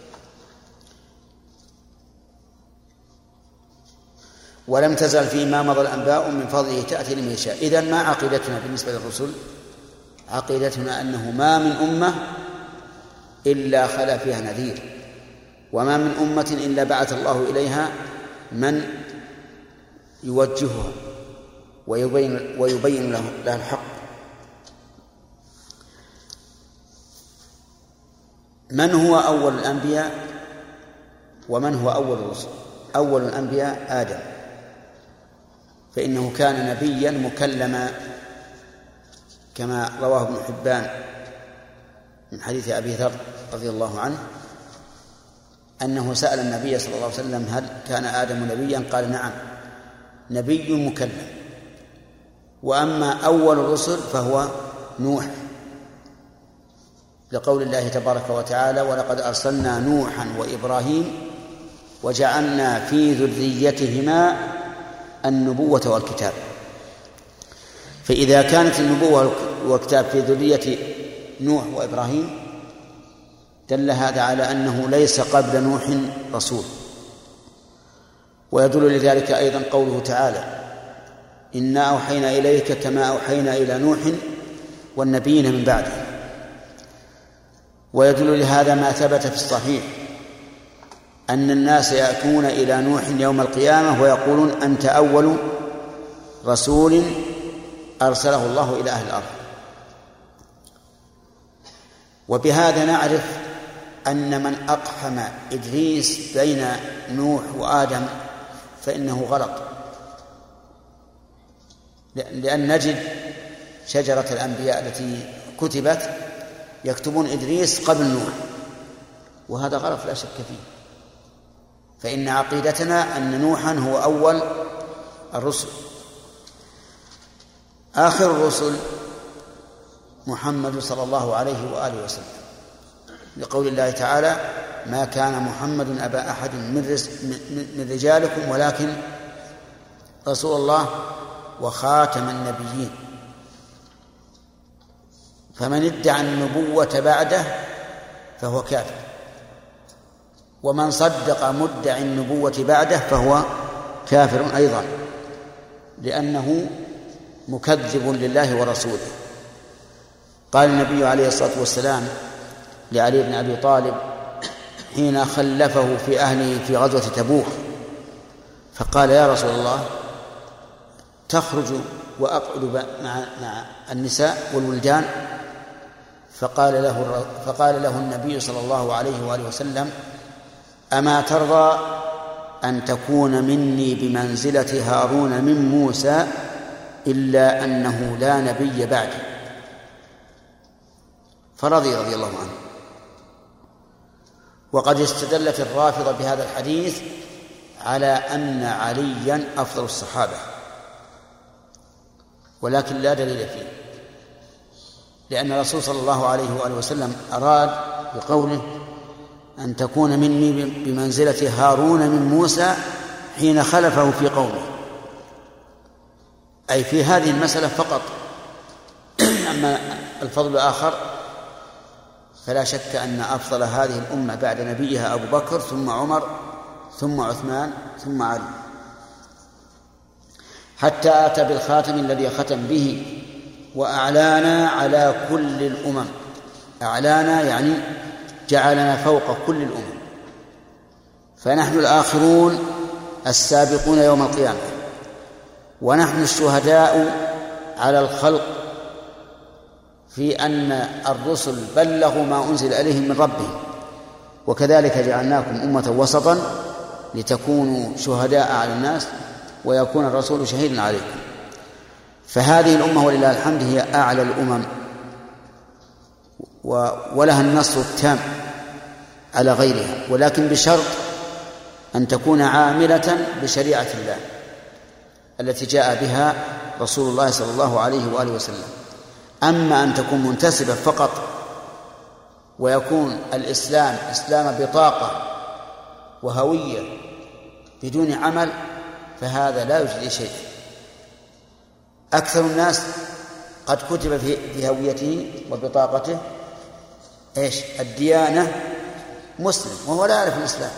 ولم تزل فيما مضى الأنباء من فضله تأتي لمن يشاء. إذن ما عقيدتنا بالنسبة للرسل؟ عقيدتنا أنه ما من أمة إلا خلا فيها نذير، وما من أمة إلا بعث الله إليها من يوجهها ويبين لها الحق. من هو أول الأنبياء ومن هو أول الرسل؟ أول الأنبياء آدم، فإنه كان نبيا مكلما، كما رواه ابن حبان من حديث أبي ذر رضي الله عنه أنه سأل النبي صلى الله عليه وسلم: هل كان آدم نبيا؟ قال: نعم، نبي مكلم. وأما أول الرسل فهو نوح، لقول الله تبارك وتعالى: ولقد أرسلنا نوحا وإبراهيم وجعلنا في ذريتهما النبوة والكتاب. فإذا كانت النبوة والكتاب في ذرية نوح وإبراهيم دل هذا على أنه ليس قبل نوح رسول. ويدل لذلك أيضا قوله تعالى: إنا أوحينا إليك كما أوحينا إلى نوح والنبيين من بعده. ويدل لهذا ما ثبت في الصحيح أن الناس يأتون إلى نوح يوم القيامة ويقولون: أنت أول رسول أرسله الله إلى أهل الأرض. وبهذا نعرف أن من أقحم إدريس بين نوح وآدم فإنه غلط، لأن نجد شجرة الأنبياء التي كتبت يكتبون إدريس قبل نوح، وهذا غلط لا شك فيه. فإن عقيدتنا أن نوحا هو أول الرسل. آخر الرسل محمد صلى الله عليه وآله وسلم، لقول الله تعالى: ما كان محمد أبا أحد من رجالكم ولكن رسول الله وخاتم النبيين. فمن ادعى النبوة بعده فهو كافر، ومن صدق مدعي النبوة بعده فهو كافر أيضا، لأنه مكذب لله ورسوله. قال النبي عليه الصلاة والسلام لعلي بن أبي طالب حين خلفه في أهله في غزوة تبوك، فقال: يا رسول الله، تخرج وأقعد مع النساء والولدان؟ فقال له النبي صلى الله عليه وآله وسلم: أما ترضى أن تكون مني بمنزلة هارون من موسى إلا أنه لا نبي بعدي؟ فرضي رضي الله عنه. وقد استدلت الرافضة بهذا الحديث على أن عليا أفضل الصحابة، ولكن لا دليل فيه، لأن الرسول صلى الله عليه وآله وسلم أراد بقوله: أن تكون مني بمنزلة هارون من موسى حين خلفه في قومه، أي في هذه المسألة فقط. أما الفضل الآخر فلا شك أن أفضل هذه الأمة بعد نبيها أبو بكر، ثم عمر، ثم عثمان، ثم علي، حتى أتى بالخاتم الذي ختم به: وأعلانا على كل الأمم. أعلانا يعني جعلنا فوق كل الأمم، فنحن الآخرون السابقون يوم القيامة، ونحن الشهداء على الخلق في أن الرسل بلغوا ما أنزل إليهم من ربهم، وكذلك جعلناكم أمة وسطا لتكونوا شهداء على الناس ويكون الرسول شهيدا عليكم. فهذه الأمة ولله الحمد هي أعلى الأمم ولها النصر التام على غيرها، ولكن بشرط أن تكون عاملة بشريعة الله التي جاء بها رسول الله صلى الله عليه وآله وسلم. أما أن تكون منتسبة فقط ويكون الإسلام إسلام بطاقة وهوية بدون عمل فهذا لا يجدي شيء. أكثر الناس قد كتب في هويته وبطاقته الديانة مسلم وهو لا يعرف الإسلام،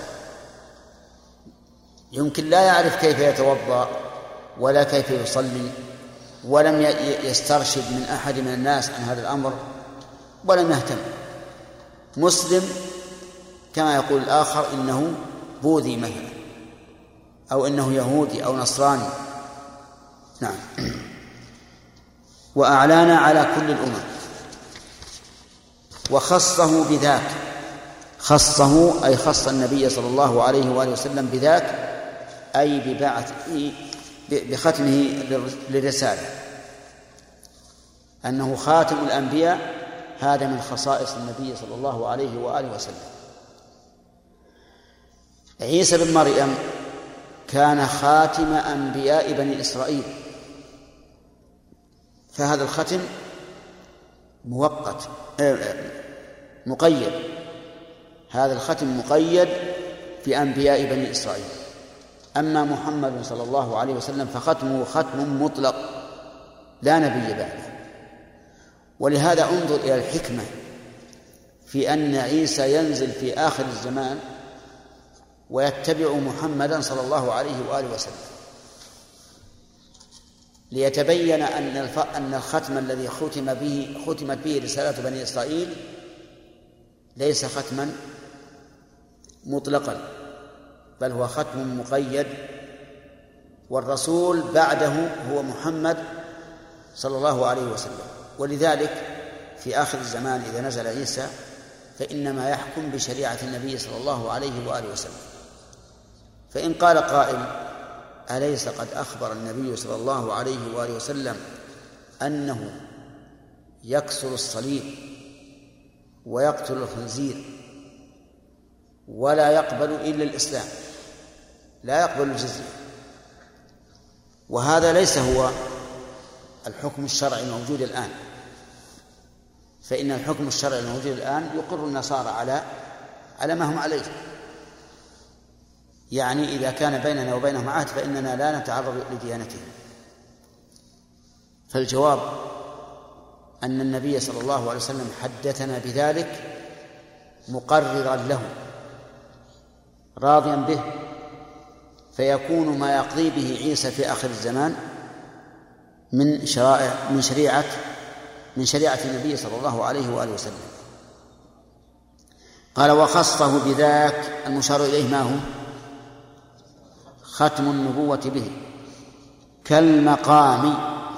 يمكن لا يعرف كيف يتوضأ ولا كيف يصلي، ولم يسترشد من أحد من الناس عن هذا الأمر ولم يهتم. مسلم كما يقول الآخر إنه بوذي مثلا، أو إنه يهودي أو نصراني. نعم. وأعلانا على كل الأمم، وخصه بذاك، خصه أي خص النبي صلى الله عليه وآله وسلم بذاك، أي بختمه للرسالة، أنه خاتم الأنبياء، هذا من خصائص النبي صلى الله عليه وآله وسلم. عيسى بن مريم كان خاتم أنبياء بني إسرائيل، فهذا الختم مؤقت مقيد، هذا الختم مقيد في أنبياء بني إسرائيل. أما محمد صلى الله عليه وسلم فختمه ختم مطلق لا نبي بعده. ولهذا انظر إلى الحكمة في أن عيسى ينزل في آخر الزمان ويتبع محمدا صلى الله عليه وآله وسلم، ليتبين أن الختم الذي ختمت به رسالة بني إسرائيل ليس ختما مطلقا، بل هو ختم مقيد، والرسول بعده هو محمد صلى الله عليه وسلم. ولذلك في آخر الزمان إذا نزل عيسى فإنما يحكم بشريعة النبي صلى الله عليه وآله وسلم. فإن قال قائل: أليس قد أخبر النبي صلى الله عليه وآله وسلم أنه يكسر الصليب ويقتل الخنزير ولا يقبل إلا الإسلام، لا يقبل الجزية؟ وهذا ليس هو الحكم الشرعي الموجود الآن، فإن الحكم الشرعي الموجود الآن يقر النصارى على ما هم عليه، يعني إذا كان بيننا وبينهم عهد فإننا لا نتعرض لديانتهم. فالجواب أن النبي صلى الله عليه وسلم حدثنا بذلك مقررا له راضيا به، فيكون ما يقضي به عيسى في آخر الزمان من شريعة النبي صلى الله عليه وآله وسلم. قال: وخصه بذاك، المشار إليه ما هو؟ ختم النبوة به، كالمقام.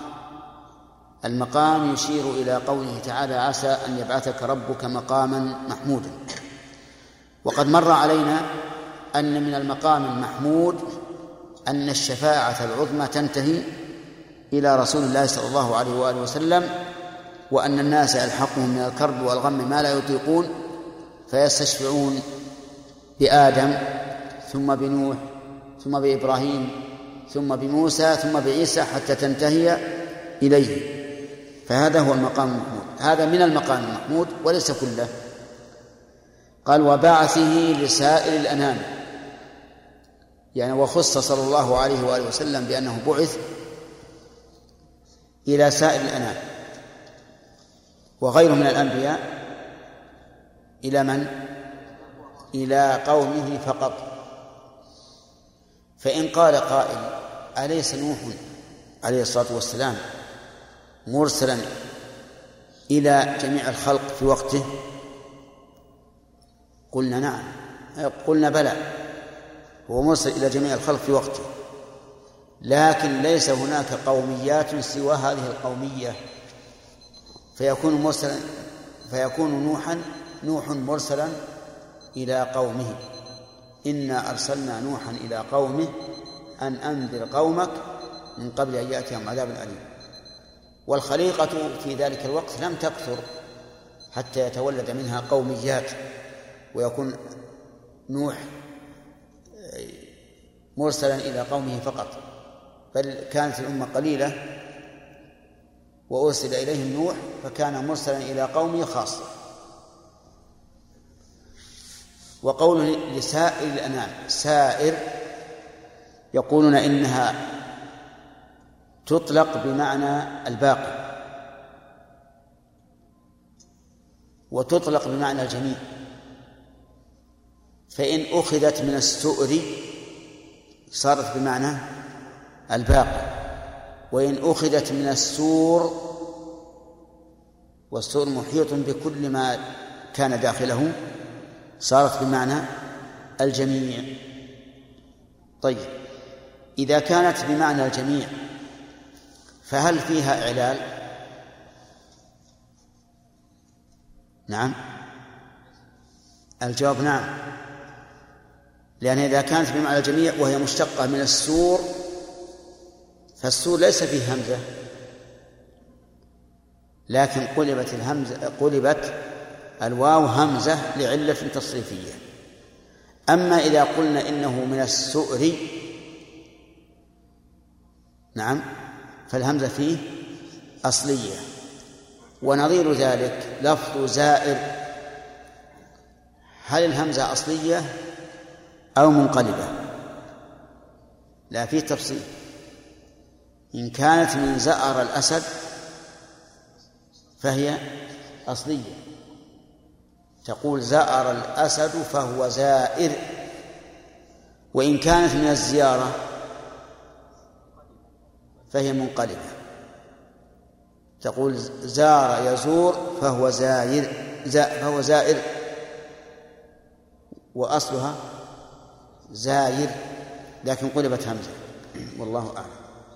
المقام يشير إلى قوله تعالى: عسى أن يبعثك ربك مقاما محمودا. وقد مر علينا أن من المقام المحمود أن الشفاعة العظمى تنتهي إلى رسول الله صلى الله عليه وآله وسلم، وأن الناس يلحقهم من الكرب والغم ما لا يطيقون، فيستشفعون بآدم ثم بنوح ثم بإبراهيم ثم بموسى ثم بعيسى حتى تنتهي إليه. فهذا هو المقام المحمود، هذا من المقام المحمود وليس كله. قال: وبعثه لسائر الأنام، يعني وخص صلى الله عليه وآله وسلم بأنه بعث إلى سائر الأنام، وغيره من الأنبياء إلى من؟ إلى قومه فقط. فإن قال قائل: أليس نوح عليه الصلاة والسلام مرسلا إلى جميع الخلق في وقته؟ قلنا نعم، قلنا بلى، هو مرسل إلى جميع الخلق في وقته، لكن ليس هناك قوميات سوى هذه القومية فيكون نوح مرسلا إلى قومه. إنا أرسلنا نوحا إلى قومه أن أنذر قومك من قبل أن يأتيهم عذاب أليم. والخليقة في ذلك الوقت لم تكثر حتى يتولد منها قوميات ويكون نوح مرسلا إلى قومه فقط، بل كانت الأمة قليلة وأرسل إليهم نوح فكان مرسلا إلى قومه خاصة. وقوله لسائر الأنام، سائر يقولون إنها تطلق بمعنى الباقي وتطلق بمعنى الجميع، فإن أخذت من السؤر صارت بمعنى الباقي، وإن أخذت من السور، والسور محيط بكل ما كان داخله، صارت بمعنى الجميع. طيب، إذا كانت بمعنى الجميع فهل فيها إعلال؟ نعم، الجواب نعم، لأن إذا كانت بمعنى الجميع وهي مشتقة من السور فالسور ليس فيه همزة، لكن قلبت الواو همزة لعلة تصريفية. أما إذا قلنا إنه من السؤر، نعم، فالهمزة فيه أصلية. ونظير ذلك لفظ زائر، هل الهمزة أصلية أو منقلبة؟ لا، فيه تفصيل. إن كانت من زأر الأسد فهي أصلية، تقول زأر الأسد فهو زائر. وإن كانت من الزيارة فهي منقلبة، تقول زار يزور فهو زائر وأصلها زاير، لكن قلبت همزة، والله أعلم.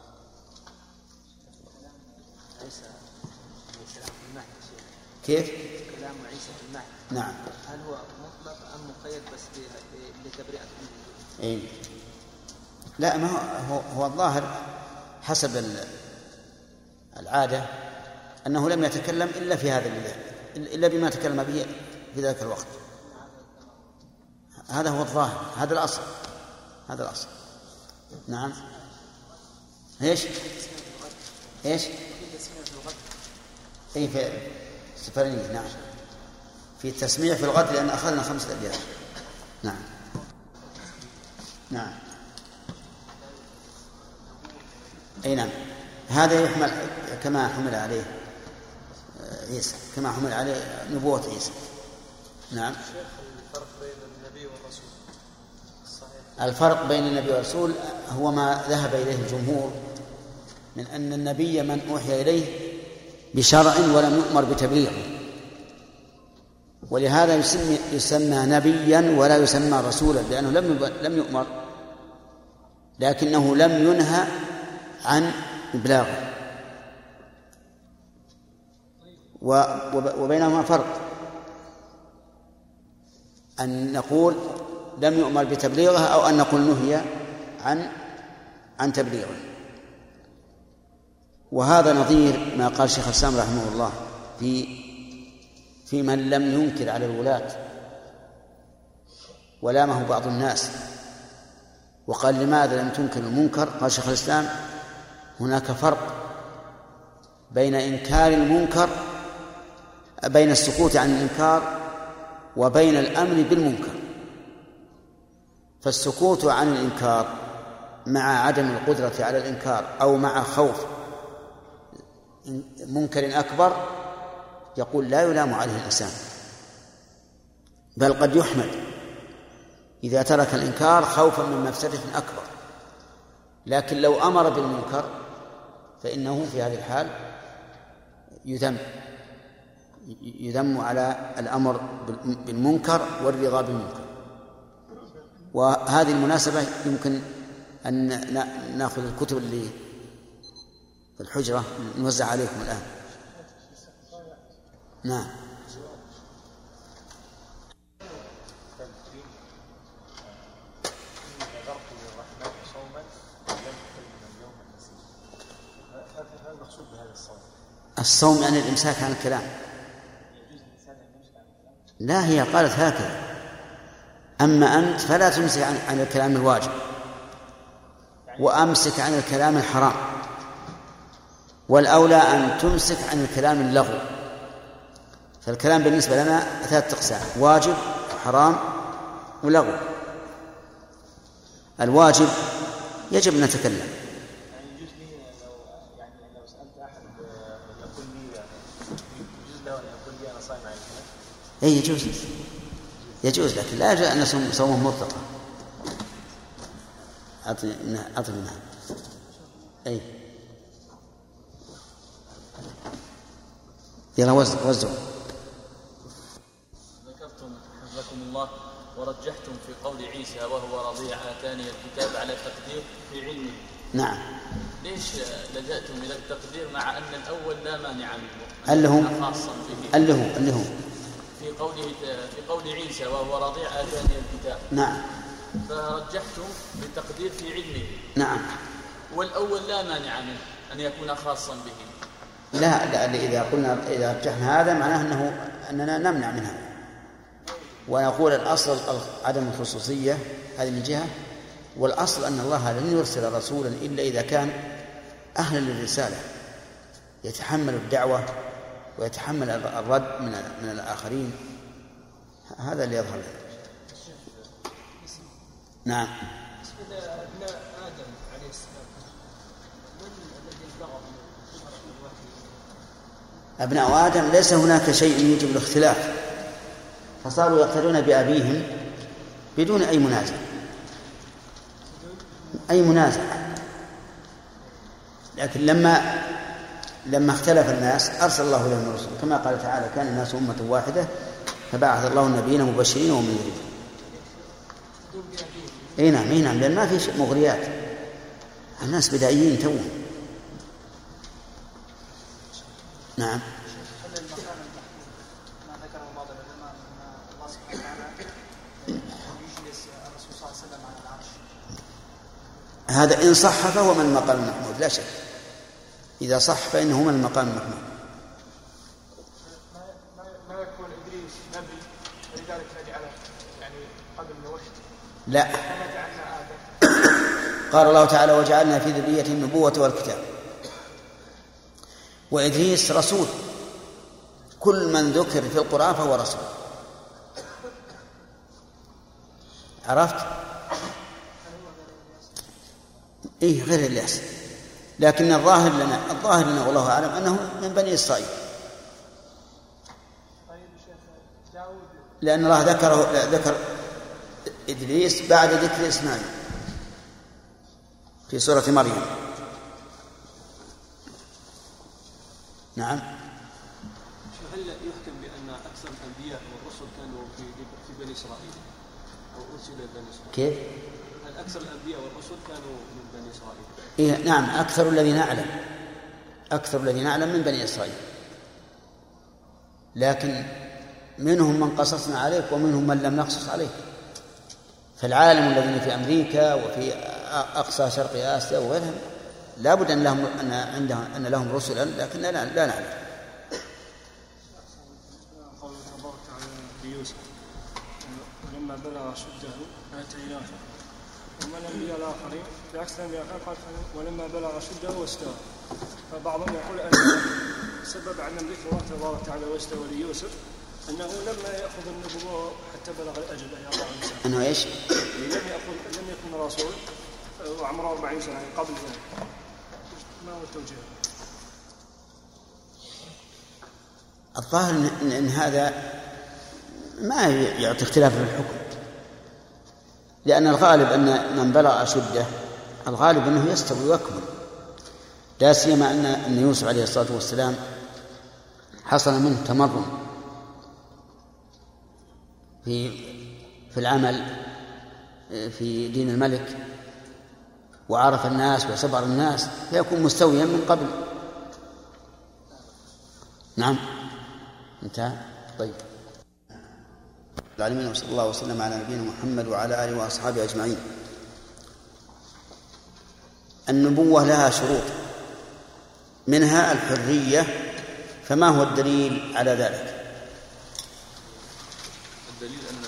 كيف؟ كلام عيسى في المعنى. نعم. هل هو مطلق أم مقيد بس لتبرئة؟ إيه؟ لا، ما هو الظاهر حسب العادة أنه لم يتكلم إلا في هذا إلا بما تكلم به في ذلك الوقت. هذا هو الظاهر، هذا الأصل. نعم. إيش؟ أي في السفرية. نعم، في التسميع في الغد، لأن أخذنا 5 أبيات. نعم. أي نعم، هذا يحمل كما حمل عليه عيسى، كما حمل عليه نبوة عيسى. نعم. الفرق بين النبي والرسول الصحيح. الفرق بين النبي والرسول هو ما ذهب إليه الجمهور من أن النبي من أوحي إليه بشرع ولم يؤمر بتبليغه، ولهذا يسمى نبيا ولا يسمى رسولا، لأنه لم يؤمر، لكنه لم ينهى عن إبلاغه. وبينهما فرق، أن نقول لم يؤمر بتبليغه أو أن نقول نهي عن تبليغه. وهذا نظير ما قال شيخ الإسلام رحمه الله في من لم ينكر على الولاة ولامه بعض الناس وقال لماذا لم تنكر المنكر؟ قال شيخ الإسلام هناك فرق بين إنكار المنكر، بين السكوت عن الإنكار وبين الأمر بالمنكر. فالسكوت عن الإنكار مع عدم القدرة على الإنكار أو مع خوف منكر أكبر يقول لا يلام عليه الإنسان، بل قد يحمد إذا ترك الإنكار خوفا من مفسدة أكبر. لكن لو أمر بالمنكر فإنه في هذه الحال يذم على الأمر بالمنكر والرضا بالمنكر. وهذه المناسبة يمكن أن نأخذ الكتب اللي في الحجرة نوزع عليكم الآن. نعم. الصوم يعني الإمساك عن الكلام. لا، هي قالت هكذا: أما أنت فلا تمسك عن الكلام الواجب، وأمسك عن الكلام الحرام، والأولى أن تمسك عن الكلام اللغو. فالكلام بالنسبة لنا 3 أقسام: واجب وحرام ولغو. الواجب يجب أن نتكلم. يعني يجوز لي لو سألت أحد يقول لي يجوز له أن يقول لي أنا صايم عن الكلام؟ أي يجوز، لكن لا يجوز أن نصوم صومه مطلقا. أعطنا. أي يلا وزعوا. ذكرتم حفظكم الله ورجحتم في قول عيسى وهو رضيع آتاني الكتاب على التقدير في علمه. نعم. ليش لجأتم إلى التقدير مع أن الأول لا مانع منه؟ اللي هو في قول عيسى وهو رضيع آتاني الكتاب. نعم. فرجحتم بالتقدير في علمه. نعم. والأول لا مانع منه أن يكون خاصا به. لا، إذا رجحنا هذا معناه أننا نمنع منها، ونقول الأصل عدم الخصوصية، هذه من جهة. والأصل أن الله لن يرسل رسولا إلا إذا كان أهلا للرسالة، يتحمل الدعوة ويتحمل الرد من الآخرين. هذا اللي يظهر لنا. نعم. أبناء آدم عليه السلام من الذي بلغهم؟ أبناء آدم ليس هناك شيء يوجب الاختلاف، فصاروا يقتدون بأبيهم بدون أي منازع. لكن لما اختلف الناس أرسل الله لهم الرسل، كما قال تعالى: كان الناس أمة واحدة فبعث الله النبيين مبشرين ومنذرين. اي نعم، لأن ما في مغريات، الناس بدائيين توهم. نعم. ما ذكره بعض العلماء أن الله سبحانه وتعالى يجلس الرسول صلى الله عليه وسلم على العرش. هذا إن صح فهو من المقام المحمود، لا شك. إذا صح فإنه من المقام المحمود. ما يكون إدريس نبي ولذلك نجعله يعني قبل الوحي؟ لا. كما جعلنا آدم. قال الله تعالى: وجعلنا في ذريته النبوة والكتاب. وإدريس رسول، كل من ذكر في القرآن فهو رسول. عرفت؟ إيه، غير الياس، لكن الظاهر لنا والله أعلم أنه من بني إسرائيل، لأن الله ذكر إدريس بعد ذكر إسماعيل في سورة مريم. نعم. هل يحكم بأن أكثر الأنبياء والرسل كانوا في بني إسرائيل أو أرسل إلى بني إسرائيل؟ كيف؟ هل أكثر الأنبياء والرسل كانوا من بني إسرائيل؟ إيه نعم، أكثر الذين أعلم من بني إسرائيل، لكن منهم من قصصنا عليك ومنهم من لم نقصص عليك. فالعالم الذين في أمريكا وفي أقصى شرق آسيا وغيرهم لا بد أن لهم رسلا، لكن لا نعلم. قول الله تعالى ليوسف: ولما بلغ شده آتيناه. ومن الأنبياء الآخرين بعكس الأنبياء قال: ولما بلغ شده واستوى. فبعضهم يقول أن سبب عدم ذكر الله تبارك وتعالى واستوى ليوسف أنه لما يأخذ النبوة حتى بلغ الأجل أي 40 سنة. أنه إيش؟ لم يكن رسول وعمره 40 سنة قبل ذلك. ما هو التوجيه؟ الظاهر إن هذا ما يعطي اختلاف في الحكم، لأن الغالب أن من بلغ أشده الغالب أنه يستوي ويكمل، لا سيما أن يوسف عليه الصلاة والسلام حصل منه تمرن في العمل في دين الملك، وعرف الناس وصبر الناس، فيكون مستويا من قبل. نعم. انتهى. طيب، العالمين، وصلى الله وسلم على نبينا محمد وعلى آله وأصحابه أجمعين. النبوة لها شروط، منها الحرية، فما هو الدليل على ذلك؟ الدليل أن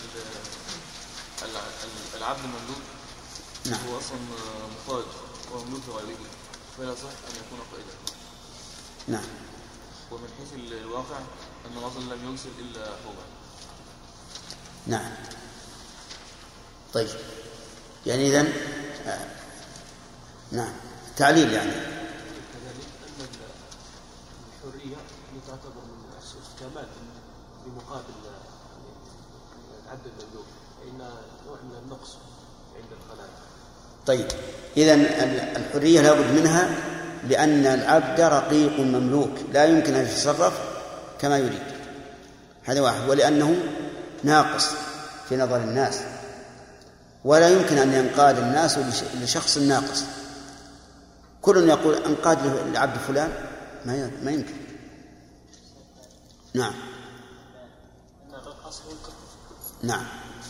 العبد مملوك. نعم. هو أصلا مخرج ومملوك غيره، فلا صح أن يكون قائدا. نعم. ومن حيث الواقع أن الله لم يرسل إلا هو. نعم. طيب، يعني إذن نعم، تعليل يعني كذلك أن الحرية تعتبر من الكمال بمقابل العبد المملوك، فإن نوع من النقص عند الخلائق. طيب، إذن الحرية لا بد منها، لأن العبد رقيق مملوك لا يمكن أن يتصرف كما يريد، هذا واحد، ولأنه ناقص في نظر الناس، ولا يمكن أن ينقاد الناس لشخص ناقص. كل يقول انقاد لعبد فلان، ما يمكن. نعم. نعم.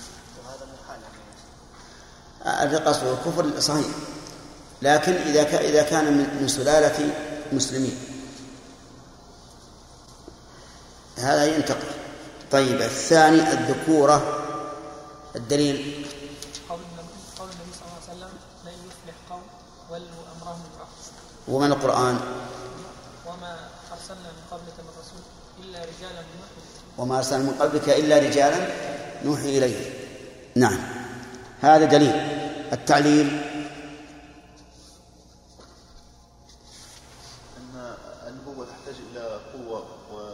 الرقص والكفر صحيح، لكن إذا كان من سلالة مسلمين هذا ينتقل. طيب، الثاني الذكورة، الدليل قول النبي صلى الله عليه وسلم: لن يفلح قوم ولوا أمرهم امرأة. ومن القرآن: وما أرسلنا من قبلك من رسول إلا رجالا نوحي. وما أرسلنا من قبلك إلا رجالا نوحي إليه. نعم، هذا دليل. التعليل: أن النبوة تحتاج إلى قوة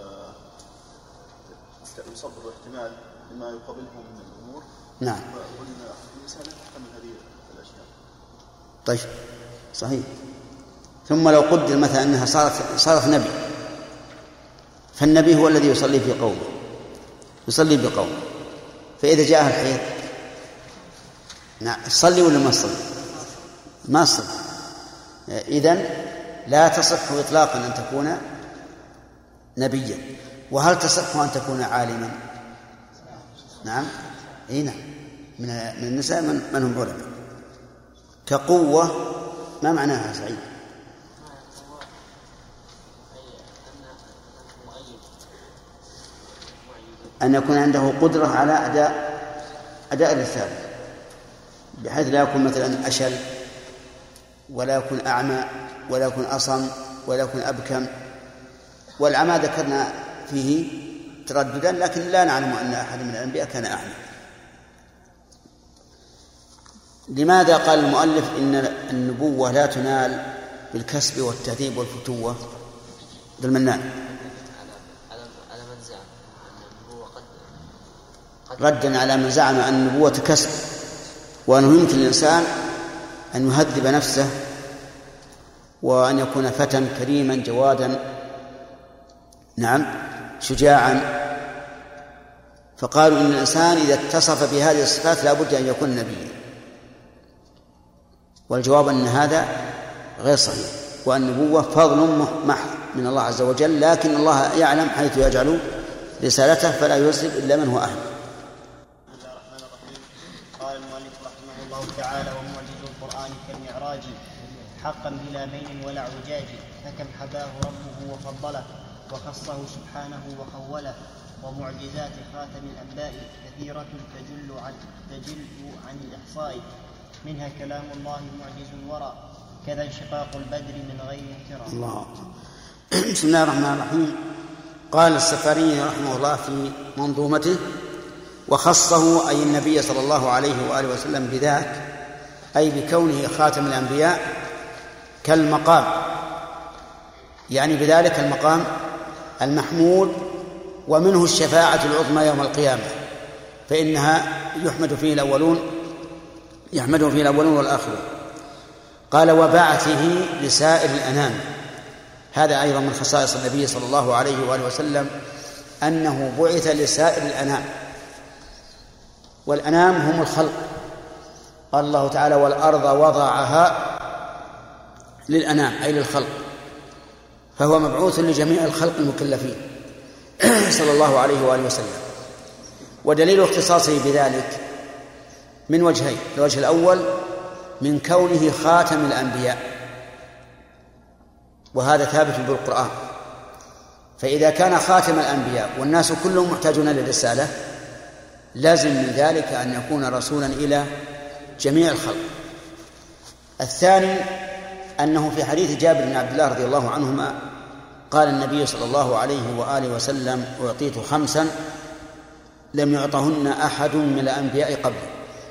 وصبر واحتمال لما يقابلهم من الأمور. نعم. والإنسان لا يحتمل هذه الأشياء. طيب، صحيح. ثم لو قدر مثلا أنها صارت نبي، فالنبي هو الذي يصلي في قومه، يصلي بقومه، فإذا جاء الحيض نعم صلي ولا ما صلي؟ ما صلي. إذن لا تصح إطلاقا أن تكون نبيا. وهل تصح أن تكون عالما؟ نعم. إيه نعم، من النساء من هم علماء. كقوة ما معناها سعيد؟ أن يكون عنده قدرة على أداء الرسالة، بحيث لا يكون مثلا أشل، ولا يكون أعمى، ولا يكون أصم، ولا يكون أبكم. والعمى ذكرنا فيه ترددا، لكن لا نعلم أن أحد من الأنبياء كان أعمى. لماذا قال المؤلف إن النبوة لا تنال بالكسب والتهذيب والفتوة؟ ذو المنان ردا على من زعم أن النبوة كسب، وأنه يمكن للإنسان أن يهذب نفسه وأن يكون فتى كريما جوادا نعم شجاعا. فقالوا إن الإنسان إذا اتصف بهذه الصفات لا بد أن يكون نبيا، والجواب أن هذا غير صحيح، والنبوة فضل محض من الله عز وجل، لكن الله يعلم حيث يجعل رسالته فلا يرسل إلا من هو أهل. بسم الله الرحمن الرحيم. قال المؤلف رحمه الله تعالى: ومعجز القرآن كالمعراج حقا بلا بين ولا اعوجاج، فكم حباه ربه وفضله وخصه سبحانه وخوله. ومعجزات خاتم الأنباء كثيرة تجل عن الإحصاء، منها كلام الله معجز الورى، كذا انشقاق البدر من غير افتراء. الله. بسم الله الرحمن الرحيم. قال السفاري رحمه الله في منظومته: وخصه أي النبي صلى الله عليه وآله وسلم بذاك، أي بكونه خاتم الأنبياء، كالمقام، يعني بذلك المقام المحمود، ومنه الشفاعة العظمى يوم القيامة، فإنها يحمد فيه الأولون والآخرون. قال: وبعثه لسائر الأنام، هذا أيضا من خصائص النبي صلى الله عليه وآله وسلم، أنه بعث لسائر الأنام، والأنام هم الخلق. قال الله تعالى: والأرض وضعها للأنام، أي للخلق، فهو مبعوث لجميع الخلق المكلفين. صلى الله عليه وآله وسلم. ودليل اختصاصه بذلك من وجهين: الوجه الأول من كونه خاتم الأنبياء، وهذا ثابت بالقرآن، فإذا كان خاتم الأنبياء والناس كلهم محتاجون للرسالة لازم من ذلك أن يكون رسولا إلى جميع الخلق. الثاني أنه في حديث جابر بن عبد الله رضي الله عنهما قال النبي صلى الله عليه وآله وسلم: أعطيت 5 لم يعطهن أحد من الأنبياء قبلي: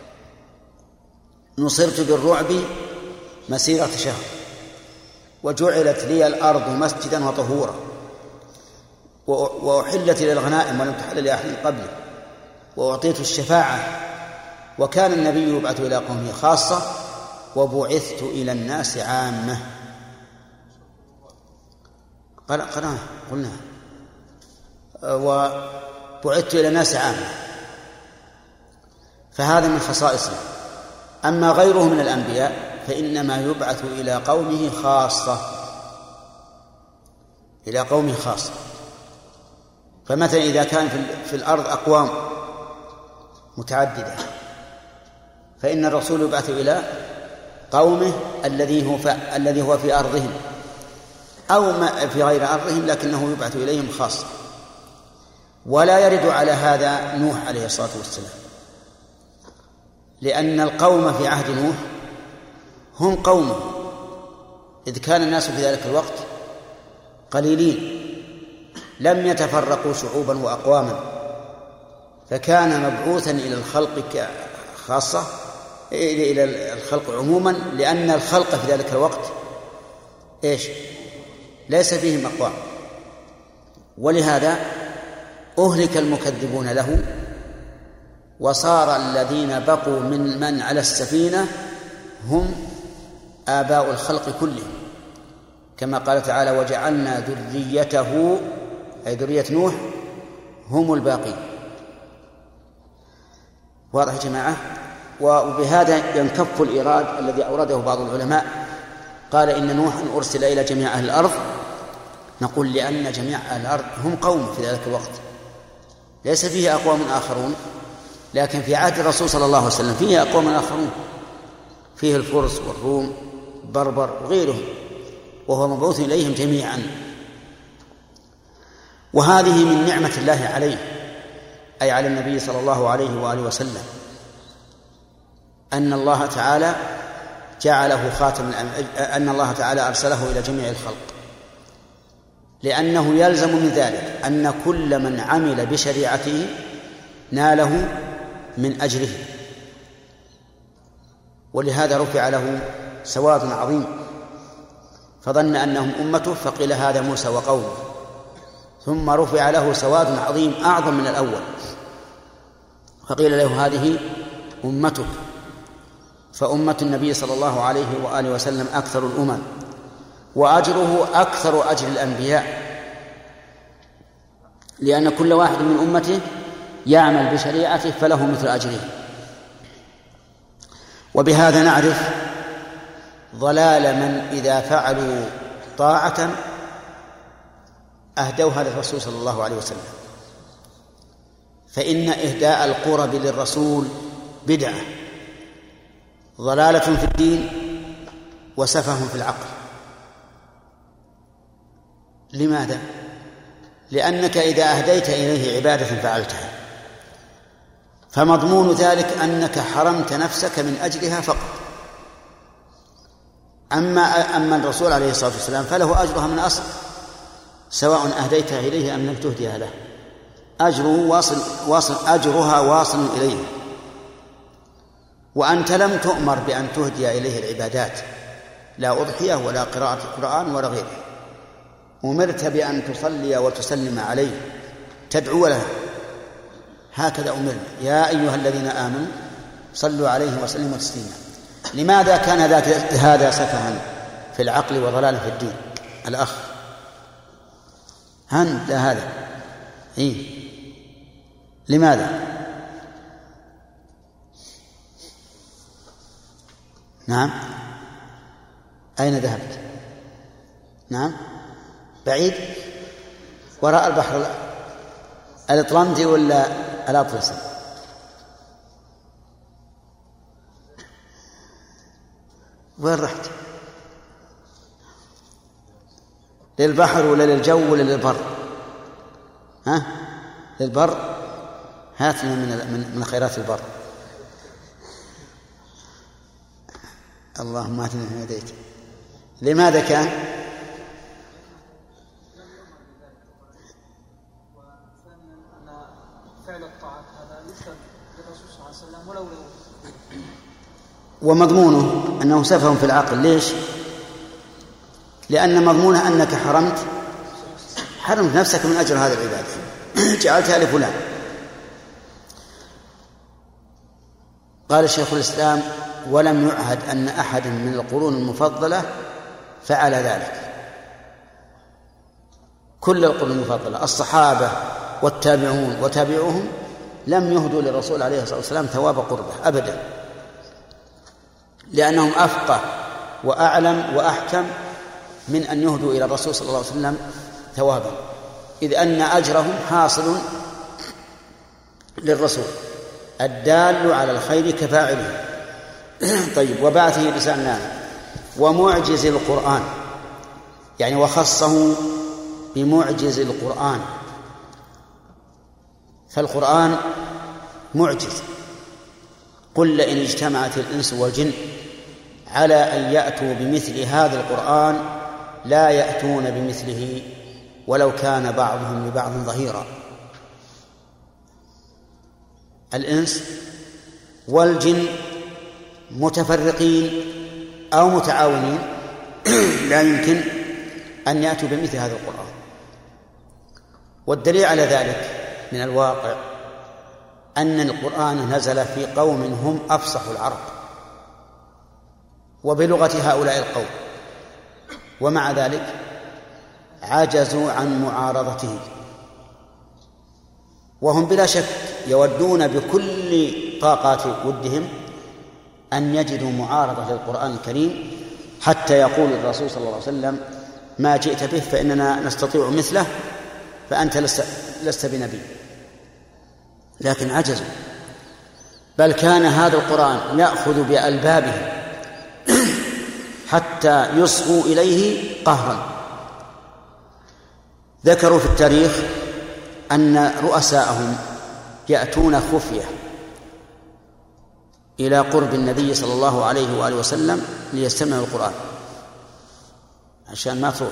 نصرت بالرعب مسيرة شهر، وجعلت لي الأرض مسجدا وطهورا، وأحلت إلى الغنائم ولم تحل لأحد قبلي، وأعطيت الشفاعة، وكان النبي يبعث إلى قومه خاصة، وبعثت إلى الناس عامة. قلنا وبعثت إلى الناس عامة، فهذا من خصائصه. أما غيره من الأنبياء فإنما يبعث إلى قومه خاصة، إلى قومه خاصة. فمثلا إذا كان في الأرض أقوام متعددة فإن الرسول يبعث إلى قومه الذي هو في أرضهم أو في غير أرضهم، لكنه يبعث إليهم خاصة. ولا يرد على هذا نوح عليه الصلاة والسلام، لأن القوم في عهد نوح هم قومه، إذ كان الناس في ذلك الوقت قليلين لم يتفرقوا شعوبا وأقواما، فكان مبعوثا إلى الخلق خاصة، إلى الخلق عموما، لأن الخلق في ذلك الوقت ليس فيهم أقوام. ولهذا أهلك المكذبون له، وصار الذين بقوا من على السفينة هم آباء الخلق كلهم، كما قال تعالى: وجعلنا ذريته، أي ذرية نوح، هم الباقين. واضح يا جماعة؟ وبهذا ينكف الإيراد الذي أورده بعض العلماء قال إن نوحا أرسل إلى جميع أهل الأرض. نقول لأن جميع أهل الأرض هم قوم في ذلك الوقت، ليس فيه أقوام آخرون، لكن في عهد الرسول صلى الله عليه وسلم فيه أقوام آخرون، فيه الفرس والروم بربر وغيرهم، وهو مبعوث إليهم جميعا. وهذه من نعمة الله عليه، أي على النبي صلى الله عليه وآله وسلم، أن الله تعالى جعله أن الله تعالى أرسله إلى جميع الخلق، لأنه يلزم من ذلك أن كل من عمل بشريعته ناله من أجله، ولهذا رفع له سواد عظيم، فظن أنهم أمته فقيل هذا موسى وقومه، ثم رفع له سواد عظيم أعظم من الأول فقيل له هذه أمتك. فأمة النبي صلى الله عليه وآله وسلم أكثر الأمم، وأجره أكثر أجر الأنبياء، لأن كل واحد من أمته يعمل بشريعته فله مثل أجره. وبهذا نعرف ضلال من إذا فعلوا طاعة أهدوها للرسول صلى الله عليه وسلم، فإن إهداء القرب للرسول بدعة، ضلالة في الدين، وسفه في العقل. لماذا؟ لأنك إذا أهديت إليه عبادة فعلتها فمضمون ذلك أنك حرمت نفسك من أجلها فقط. أما الرسول عليه الصلاة والسلام فله أجرها من أصل، سواء أهديتها إليه أم لم تهديها له، أجرها واصل إليه. وأنت لم تؤمر بأن تهدي إليه العبادات، لا أضحية ولا قراءة القرآن ولا غيره، أمرت بأن تصلي وتسلم عليه، تدعو له، هكذا أمرنا: يا أيها الذين آمنوا صلوا عليه وسلموا تسليما. لماذا كان هذا سفها في العقل وضلالا في الدين؟ الأخ لا هذا لماذا؟ نعم، أين ذهبت؟ نعم، بعيد وراء البحر. الأطلنطي ولا الأطلسي؟ وين رحت؟ للبحر ولا للجو ولا للبر؟ ها؟ للبر. هاتنا من خيرات البر. اللهم آتنا ما هديت. لماذا كان؟ فعل الطاعات هذا يسلم للرسول صلى الله عليه وسلم ولو ومضمونه أنه سفه في العقل. ليش؟ لأن مضمونه أنك حرمت نفسك من أجر هذه العبادة جعلتها لفلان. قال شيخ الإسلام: ولم يعهد أن أحد من القرون المفضلة فعل ذلك. كل القرون المفضلة الصحابة والتابعون وتابعوهم لم يهدوا للرسول عليه الصلاة والسلام ثواب قربه أبدا، لأنهم أفقه وأعلم وأحكم من أن يهدوا إلى الرسول صلى الله عليه وسلم ثوابا، إذ أن أجرهم حاصل للرسول الدال على الخير كفاعله. طيب، وبعثه بسنة ومعجز القرآن، يعني وخصه بمعجز القرآن، فالقرآن معجز. قل لئن اجتمعت الإنس والجن على أن يأتوا بمثل هذا القرآن لا يأتون بمثله ولو كان بعضهم لبعض ظهيرا. الإنس والجن متفرقين أو متعاونين لا يمكن أن يأتوا بمثل هذا القرآن. والدليل على ذلك من الواقع أن القرآن نزل في قوم هم أفصح العرب وبلغة هؤلاء القوم، ومع ذلك عجزوا عن معارضته، وهم بلا شك يودون بكل طاقات ودهم أن يجدوا معارضة للقرآن الكريم، حتى يقول الرسول صلى الله عليه وسلم: ما جئت به فإننا نستطيع مثله فأنت لست بنبي. لكن عجزوا، بل كان هذا القرآن يأخذ بألبابه حتى يصغوا إليه قهرا. ذكروا في التاريخ أن رؤساءهم يأتون خفية إلى قرب النبي صلى الله عليه وآله وسلم ليستمعوا القرآن عشان ما تروح،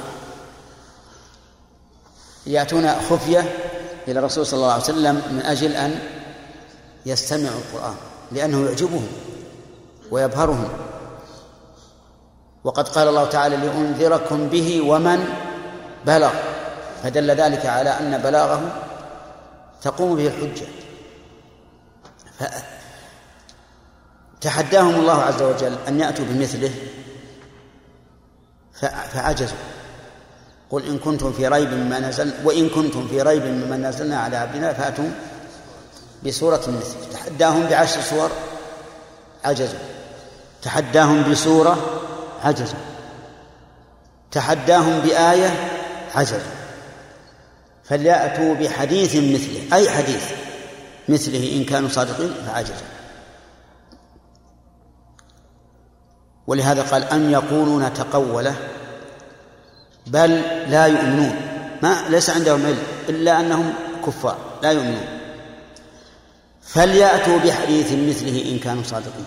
يأتون خفية إلى الرسول صلى الله عليه وسلم من أجل أن يستمعوا القرآن لأنه يعجبهم ويبهرهم. وقد قال الله تعالى: لأنذركم به ومن بلغ، فدل ذلك على أن بلاغه تقوم به الحجة. تحداهم الله عز وجل أن يأتوا بمثله فعجزوا. قل إن كنتم في ريب مما نزل وإن كنتم في ريب مما نزلنا على عبدنا فأتوا بسورة مثله. تحداهم ب10 سور عجزوا، تحداهم بسورة عجزوا، تحداهم بآية عجزوا. فليأتوا بحديث مثله، أي حديث مثله إن كانوا صادقين، فعجزوا. ولهذا قال: أن يقولون تقوله، بل لا يؤمنون، ليس عندهم علم إلا أنهم كفار لا يؤمنون. فليأتوا بحديث مثله إن كانوا صادقين.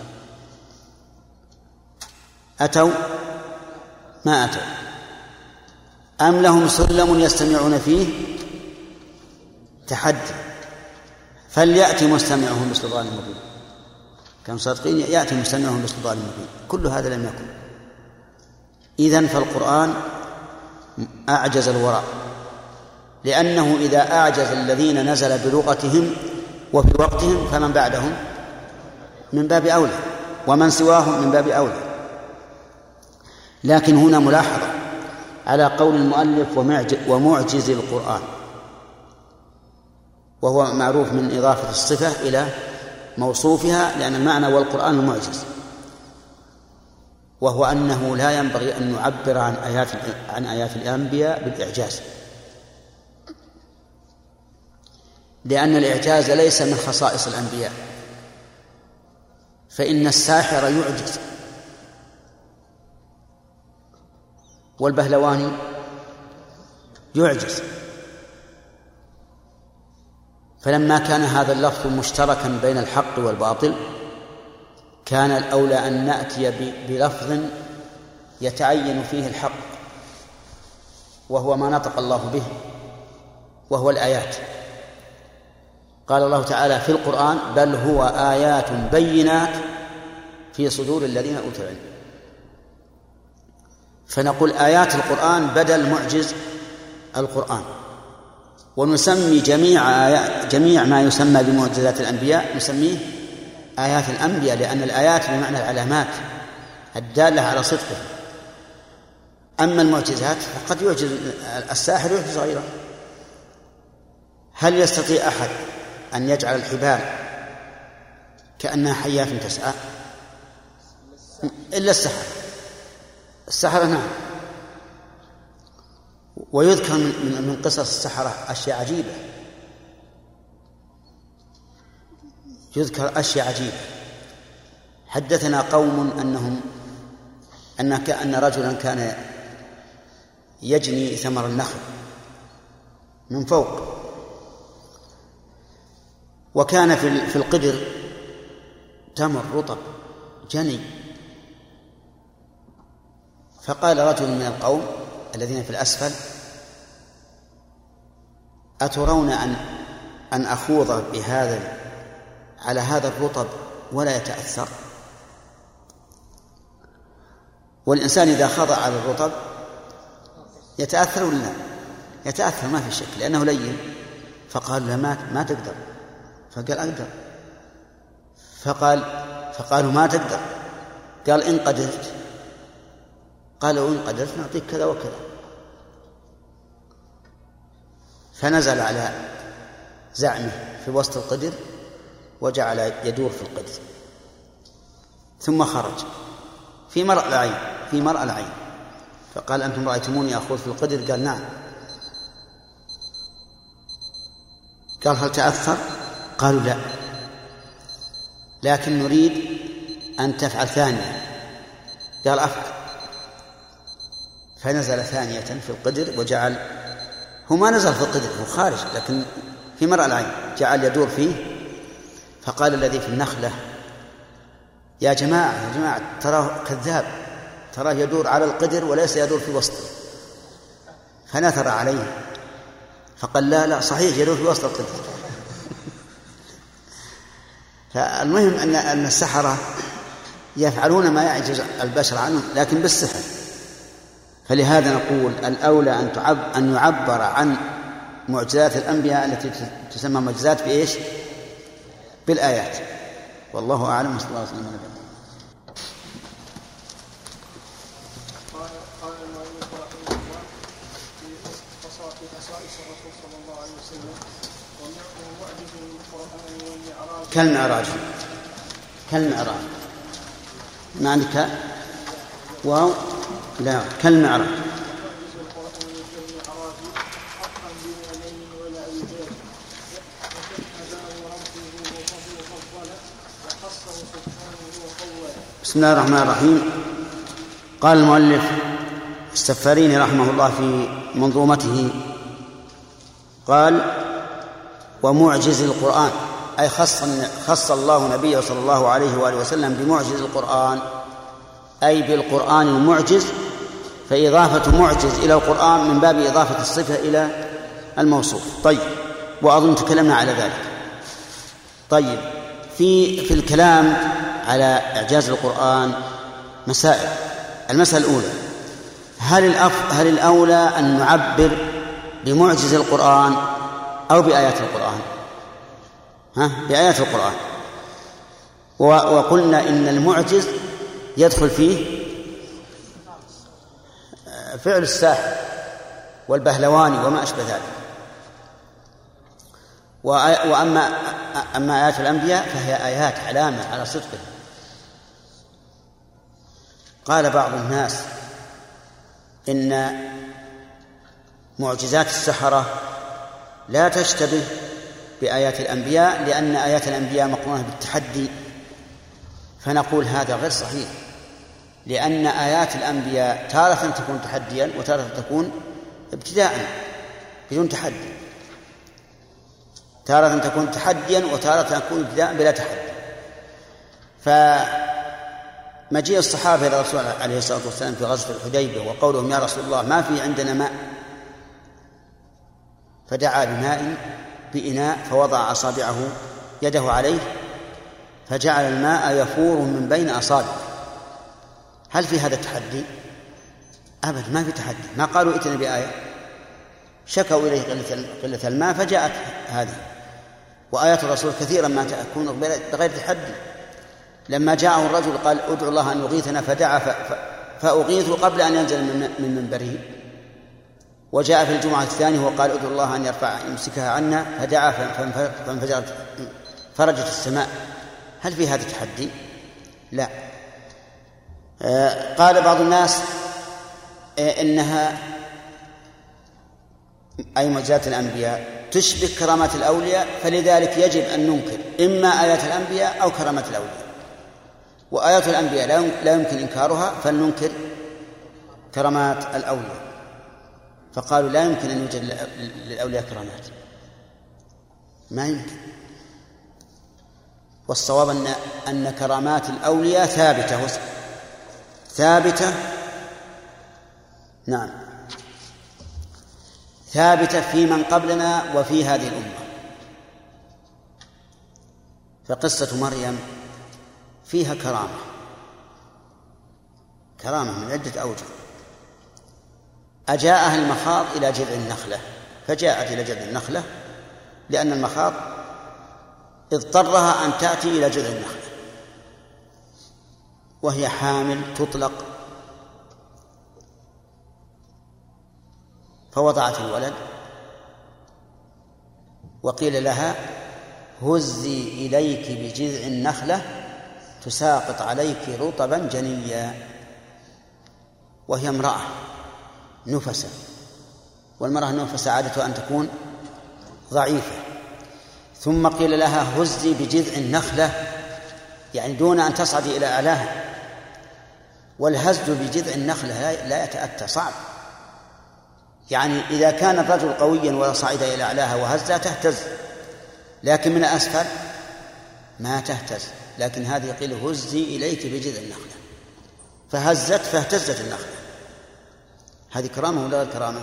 أتوا؟ ما أتوا. أم لهم سلم يستمعون فيه؟ تحدي. فليأتي مستمعهم بسلطان مبين. كانوا صادقين يأتي مستمعهم بسلطان مبين. كل هذا لم يكن. إذن فالقرآن أعجز الوراء، لأنه إذا أعجز الذين نزل بلغتهم وفي وقتهم فمن بعدهم من باب أولى، ومن سواهم من باب أولى. لكن هنا ملاحظة على قول المؤلف ومعجز القرآن، وهو معروف من إضافة الصفة إلى موصوفها، لأن المعنى والقرآن المعجز، وهو أنه لا ينبغي أن نعبر عن آيات الأنبياء بالإعجاز، لأن الإعجاز ليس من خصائص الأنبياء، فإن الساحر يعجز، والبهلواني يعجز. فلما كان هذا اللفظ مشتركا بين الحق والباطل كان الأولى أن نأتي بلفظ يتعين فيه الحق، وهو ما نطق الله به، وهو الآيات. قال الله تعالى في القرآن: بل هو آيات بينات في صدور الذين أوتوا العلم. فنقول آيات القرآن بدل معجز القرآن، ونسمي جميع ما يسمى بمعجزات الأنبياء نسميه آيات الأنبياء، لأن الآيات بمعنى العلامات الدالة على صدقه. أما المعجزات فقد يعجز الساحر يعجز غيره. هل يستطيع أحد أن يجعل الحبال كأنها حيات تسعى؟ إلا السحرة نعم. ويذكر من قصص السحرة أشياء عجيبة، يذكر أشياء عجيبة. حدثنا قوم أن رجلا كان يجني ثمر النخل من فوق، وكان في القدر تمر رطب جني. فقال رجل من القوم الذين في الأسفل: أترون أن أخوض على هذا الرطب ولا يتأثر؟ والإنسان إذا خضع على الرطب يتأثر ولا لا؟ يتأثر ما في شك، لأنه لين. فقال له: ما تقدر. فقال: أقدر. فقالوا: ما تقدر. قال: إن قدرت. قالوا: إن قدرت نعطيك كذا وكذا. فنزل على زعمه في وسط القدر وجعل يدور في القدر، ثم خرج في مرأى العين فقال: أنتم رأيتموني أخوض في القدر؟ قال: نعم. قال: هل تأثر؟ قالوا: لا، لكن نريد أن تفعل ثانية. قال: أفعل. فنزل ثانية في القدر وجعل، هو ما نزل في القدر، هو خارج لكن في مرأى العين، جعل يدور فيه. فقال الذي في النخلة: يا جماعة تراه كذاب، تراه يدور على القدر وليس يدور في وسطه. فنثر عليه فقال: لا صحيح يدور في وسط القدر. فالمهم أن السحرة يفعلون ما يعجز البشر عنه لكن بالسحر. فلهذا نقول الأولى أن يعبر عن معجزات الأنبياء التي تسمى معجزات بإيش؟ بالآيات. والله أعلم. وصلى الله عليه وسلم. قال المؤلف رحمه الله في خصائص الرسول صلى الله عليه وسلم ومعجز القرآن والمعراج كالمعراج. ما عندك واو؟ لا، كالمعراج. بسم الله الرحمن الرحيم. قال المؤلف السفاريني رحمه الله في منظومته، قال: ومعجز القرآن، أي خص الله نبيه صلى الله عليه وآله وسلم بمعجز القرآن، أي بالقرآن المعجز. فإضافة معجز إلى القرآن من باب إضافة الصفة إلى الموصوف. طيب، وأظن تكلمنا على ذلك. طيب، في الكلام على إعجاز القرآن مسائل. المسألة الأولى: هل الأولى أن نعبر بمعجز القرآن أو بآيات القرآن؟ بآيات القرآن. وقلنا إن المعجز يدخل فيه فعل الساحر والبهلواني وما أشبه ذلك. وأما آيات الأنبياء فهي آيات علامة على صدقه. قال بعض الناس إن معجزات السحرة لا تشتبه بآيات الأنبياء لأن آيات الأنبياء مقرونة بالتحدي، فنقول هذا غير صحيح، لأن آيات الأنبياء تارة تكون تحديا وتارة تكون ابتداء بدون تحدي، تارة تكون تحديا وتارة تكون ابتداء بلا تحدي. فمجيء الصحابة إلى الرسول عليه الصلاة والسلام في غزوة الحديبية وقولهم يا رسول الله ما في عندنا ماء، فدعا بماء بإناء فوضع أصابعه يده عليه فجعل الماء يفور من بين أصابعه. هل في هذا التحدي؟ أبدا، ما في تحدي، ما قالوا ائتنا بآية، شكوا إليه قلة الماء فجاءت هذه. وآيات الرسول كثيرا ما تكون بغير تحدي. لما جاءه الرجل قال ادعو الله أن يغيثنا فدعا فأغيث قبل أن ينزل من منبره. وجاء في الجمعة الثانية وقال ادعو الله أن يمسكها عنا فدعا فانفجرت فرجت السماء. هل في هذا التحدي؟ لا. قال بعض الناس إنها أي معجزات الأنبياء تشبه كرامات الأولياء، فلذلك يجب أن ننكر إما آيات الأنبياء أو كرامات الأولياء. وآيات الأنبياء لا يمكن إنكارها، فلننكر كرامات الأولياء. فقالوا لا يمكن أن يوجد للأولياء كرامات، ما يمكن. والصواب أن كرامات الأولياء ثابتة نعم ثابتة في من قبلنا وفي هذه الأمة. فقصة مريم فيها كرامة من عدة أوجه. أجاءها المخاض إلى جذع النخلة، فجاءت إلى جذع النخلة لأن المخاض اضطرها أن تأتي إلى جذع النخلة وهي حامل تطلق، فوضعت الولد وقيل لها هزي إليك بجذع النخلة تساقط عليك رطبا جنيا، وهي امرأة نفسة، والمرأة النفسة عادة أن تكون ضعيفة. ثم قيل لها هزي بجذع النخلة، يعني دون أن تصعدي إلى أعلاها. والهز بجذع النخلة لا يتأتى، صعب. يعني إذا كان الرجل قويا ولا صعد إلى أعلاها وهزها تهتز، لكن من أسفل ما تهتز. لكن هذه قيل هزي إليك بجذع النخلة، فهزت فاهتزت النخلة. هذه كرامة ولا غير كرامة؟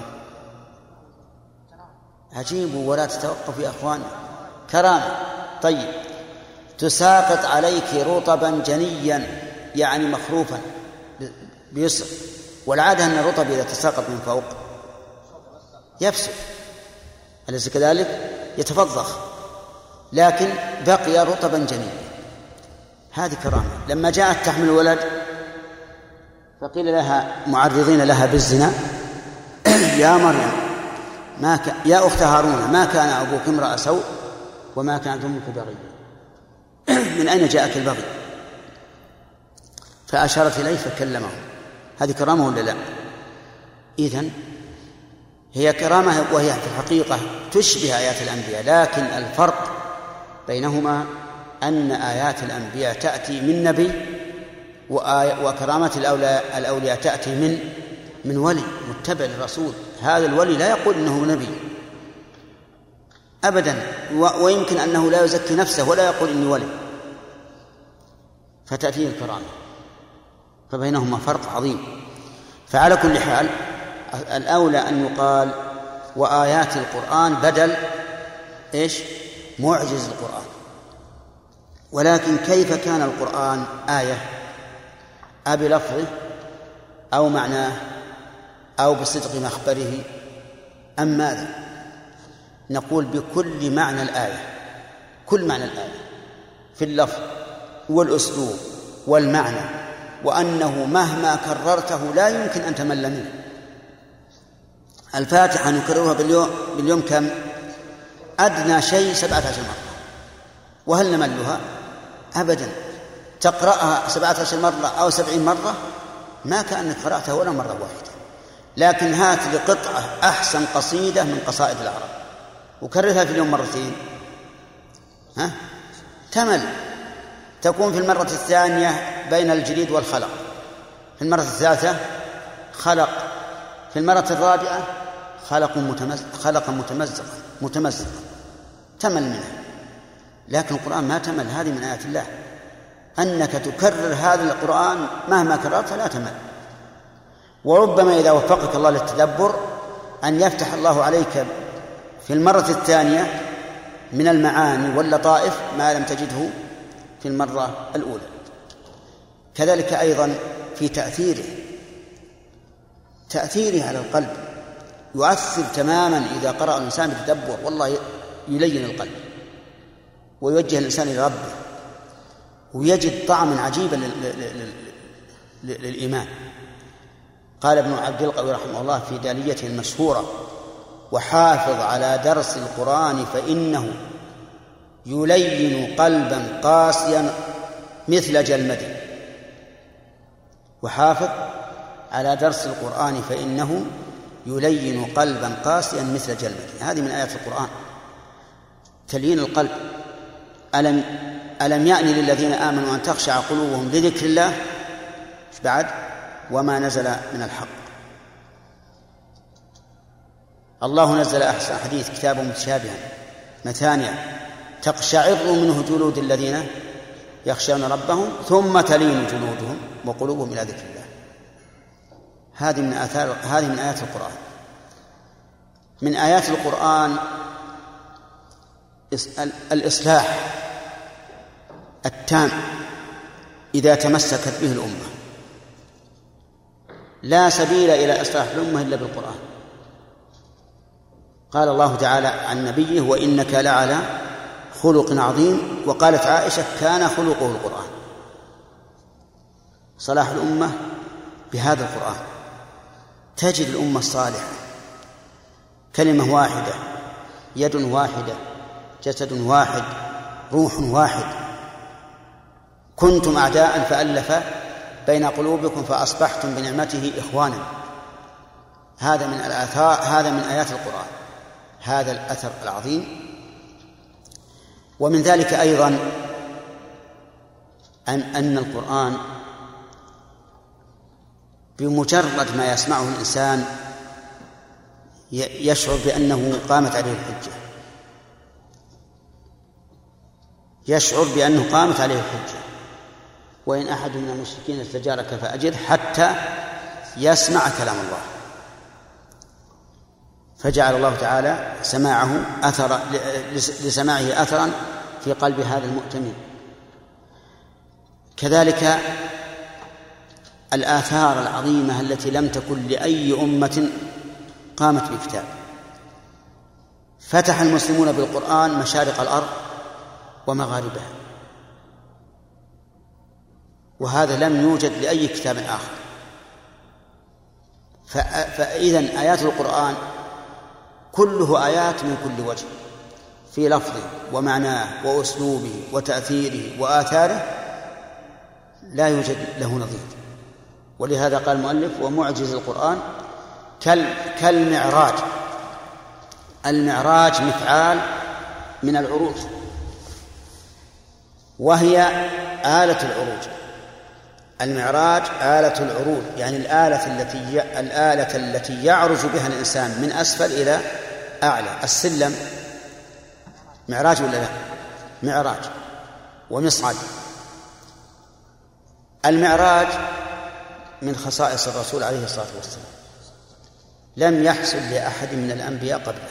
عجيب، ولا تتوقف يا أخوان، كرامة. طيب، تساقط عليك رطبا جنيا، يعني مخروفا بيسر. والعادة أن الرطب إذا تساقط من فوق يفسد، أليس كذلك؟ يتفضخ، لكن بقي رطبا جنيا. هذه كرامة. لما جاءت تحمل ولد فقيل لها معرضين لها بالزنا يا مريم يا أخت هارون ما كان أبوك امرأ سوء وما كانت أمك بغيا، من أين جاءك البغي؟ فأشارت إليه فكلمه. هذه كرامة ولا لا؟ إذن هي كرامة، وهي في الحقيقة تشبه آيات الأنبياء، لكن الفرق بينهما أن آيات الأنبياء تأتي من نبي، وكرامات الأولياء تأتي من ولي متبع للرسول. هذا الولي لا يقول إنه نبي أبدا، ويمكن أنه لا يزكي نفسه ولا يقول إني ولي، فتأتيه الكرامة. فبينهما فرق عظيم. فعلى كل حال الأولى أن يقال وآيات القرآن بدل معجز القرآن. ولكن كيف كان القرآن آية؟ أبلفظه أو معناه أو بصدق مخبره أم ماذا؟ نقول بكل معنى الآية، كل معنى الآية في اللفظ والأسلوب والمعنى، وأنه مهما كررته لا يمكن أن تمل منه. الفاتحة نكررها باليوم كم؟ أدنى شيء 17 مرة، وهل نملها؟ أبدا. تقرأها 17 مرة أو 70 مرة ما كأنك قرأتها ولا مرة واحدة. لكن هات لقطعة أحسن قصيدة من قصائد العرب وكررها في اليوم مرتين تمل. تكون في المرة الثانية بين الجليد والخلق، في المرة الثالثة خلق، في المرة الرابعة خلقا متمزقا تمل منه. لكن القرآن ما تمل، هذه من آيات الله، أنك تكرر هذا القرآن مهما كررت لا تمل. وربما إذا وفقك الله للتدبر أن يفتح الله عليك في المرة الثانية من المعاني واللطائف ما لم تجده في المرة الأولى. كذلك أيضا في تأثيره على القلب، يؤثر تماما إذا قرأ الإنسان بتدبر، والله يلين القلب ويوجه الإنسان إلى ربه ويجد طعما عجيبا للإيمان. قال ابن عبد القوي رحمه الله في داليته المشهورة: وحافظ على درس القرآن فإنه يلين قلبا قاسيا مثل جلمد. وحافظ على درس القرآن فإنه يلين قلبا قاسيا مثل جلمد. هذه من آيات القرآن، تليين القلب. ألم يأن للذين آمنوا أن تخشع قلوبهم لذكر الله بعد وما نزل من الحق. الله نزل أحسن حديث كتابا متشابها مثانيا تقشعر منه جلود الذين يخشون ربهم ثم تلين جلودهم وقلوبهم إلى ذكر الله. هذه من آيات القرآن. من آيات القرآن الإصلاح التام إذا تمسكت به الأمة. لا سبيل إلى إصلاح الأمة إلا بالقرآن. قال الله تعالى عن نبيه: وإنك لعلى خلق عظيم. وقالت عائشة: كان خلقه القرآن. صلاح الأمة بهذا القرآن. تجد الأمة الصالحة كلمة واحدة، يد واحدة، جسد واحد، روح واحد. كنتم أعداء فألف بين قلوبكم فأصبحتم بنعمته إخوانا. هذا من الآثار، هذا من آيات القرآن، هذا الأثر العظيم. ومن ذلك أيضا أن القرآن بمجرد ما يسمعه الإنسان يشعر بأنه قامت عليه الحجة، يشعر بأنه قامت عليه الحجة. وإن أحد من المشركين استجارك فأجره حتى يسمع كلام الله. فجعل الله تعالى لسماعه أثرا في قلب هذا المؤتمن. كذلك الآثار العظيمة التي لم تكن لأي أمة قامت بكتاب. فتح المسلمون بالقرآن مشارق الأرض ومغاربها، وهذا لم يوجد لأي كتاب آخر. فإذن آيات القرآن كله آيات من كل وجه، في لفظه ومعناه وأسلوبه وتأثيره وآثاره لا يوجد له نظير. ولهذا قال المؤلف: ومعجز القرآن كالمعراج. المعراج مفعال من العروج، وهي آلة العروج. المعراج آلة العروج، يعني الآلة التي يعرج بها الإنسان من أسفل إلى أعلى. السلم معراج ولا لا؟ معراج ومصعد. المعراج من خصائص الرسول عليه الصلاة والسلام، لم يحصل لأحد من الأنبياء قبله،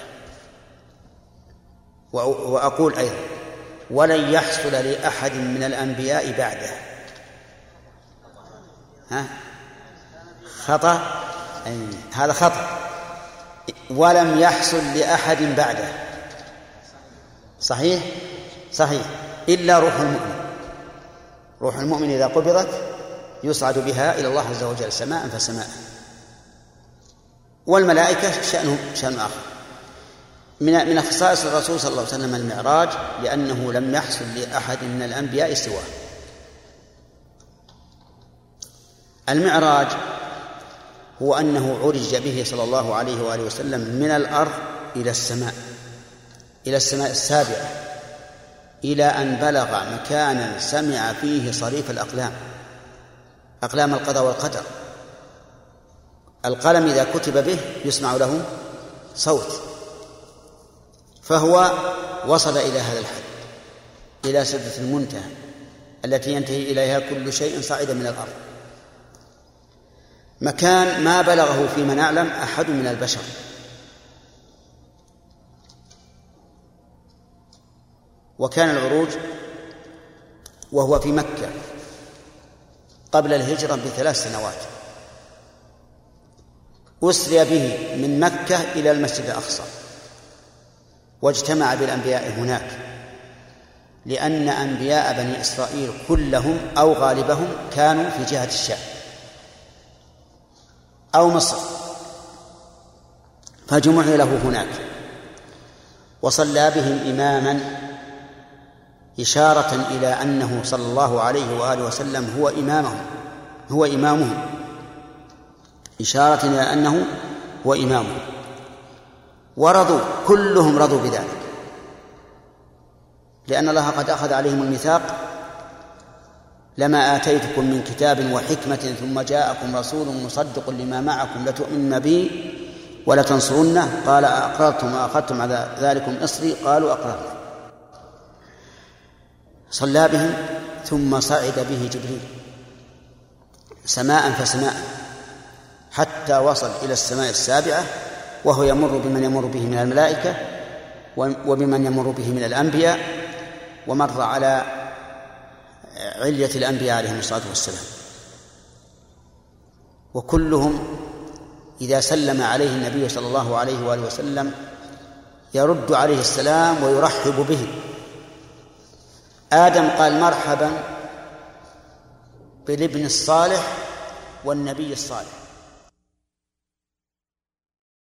وأقول أيضا ولن يحصل لأحد من الأنبياء بعده. خطأ، هذا خطأ. ولم يحصل لأحد بعده، صحيح إلا روح المؤمن. روح المؤمن إذا قبضت يصعد بها إلى الله عز وجل سماء فسماء. والملائكة شأن آخر. من خصائص الرسول صلى الله عليه وسلم المعراج، لأنه لم يحصل لأحد من الأنبياء سواه. المعراج هو أنه عرج به صلى الله عليه وآله وسلم من الأرض إلى السماء السابعة، إلى أن بلغ مكانا سمع فيه صريف الأقلام، أقلام القضاء والقدر. القلم إذا كتب به يسمع له صوت، فهو وصل إلى هذا الحد، إلى سدرة المنتهى التي ينتهي إليها كل شيء صعد من الأرض، مكان ما بلغه فيما نعلم أحد من البشر. وكان العروج وهو في مكة قبل الهجرة ب3 سنوات، أسري به من مكة إلى المسجد الأقصى، واجتمع بالأنبياء هناك، لأن أنبياء بني إسرائيل كلهم أو غالبهم كانوا في جهة الشام أو مصر، فجمع له هناك وصلى بهم إماما، إشارة إلى أنه صلى الله عليه وآله وسلم هو إمامهم، إشارة إلى أنه هو إمامهم. ورضوا، كلهم رضوا بذلك، لأن الله قد أخذ عليهم الميثاق: لما آتيتكم من كتاب وحكمة ثم جاءكم رسول مصدق لما معكم لتؤمنن به ولتنصرنه قال أقررتم وأخذتم على ذلكم إصري قالوا أقررنا. صلى بهم ثم صعد به جبريل سماء فسماء حتى وصل إلى السماء السابعة، وهو يمر بمن يمر به من الملائكة وبمن يمر به من الأنبياء، ومر على علية الأنبياء عليهم الصلاة والسلام، وكلهم إذا سلم عليه النبي صلى الله عليه وآله وسلم يرد عليه السلام ويرحب به. آدم قال: مرحبا بالابن الصالح والنبي الصالح،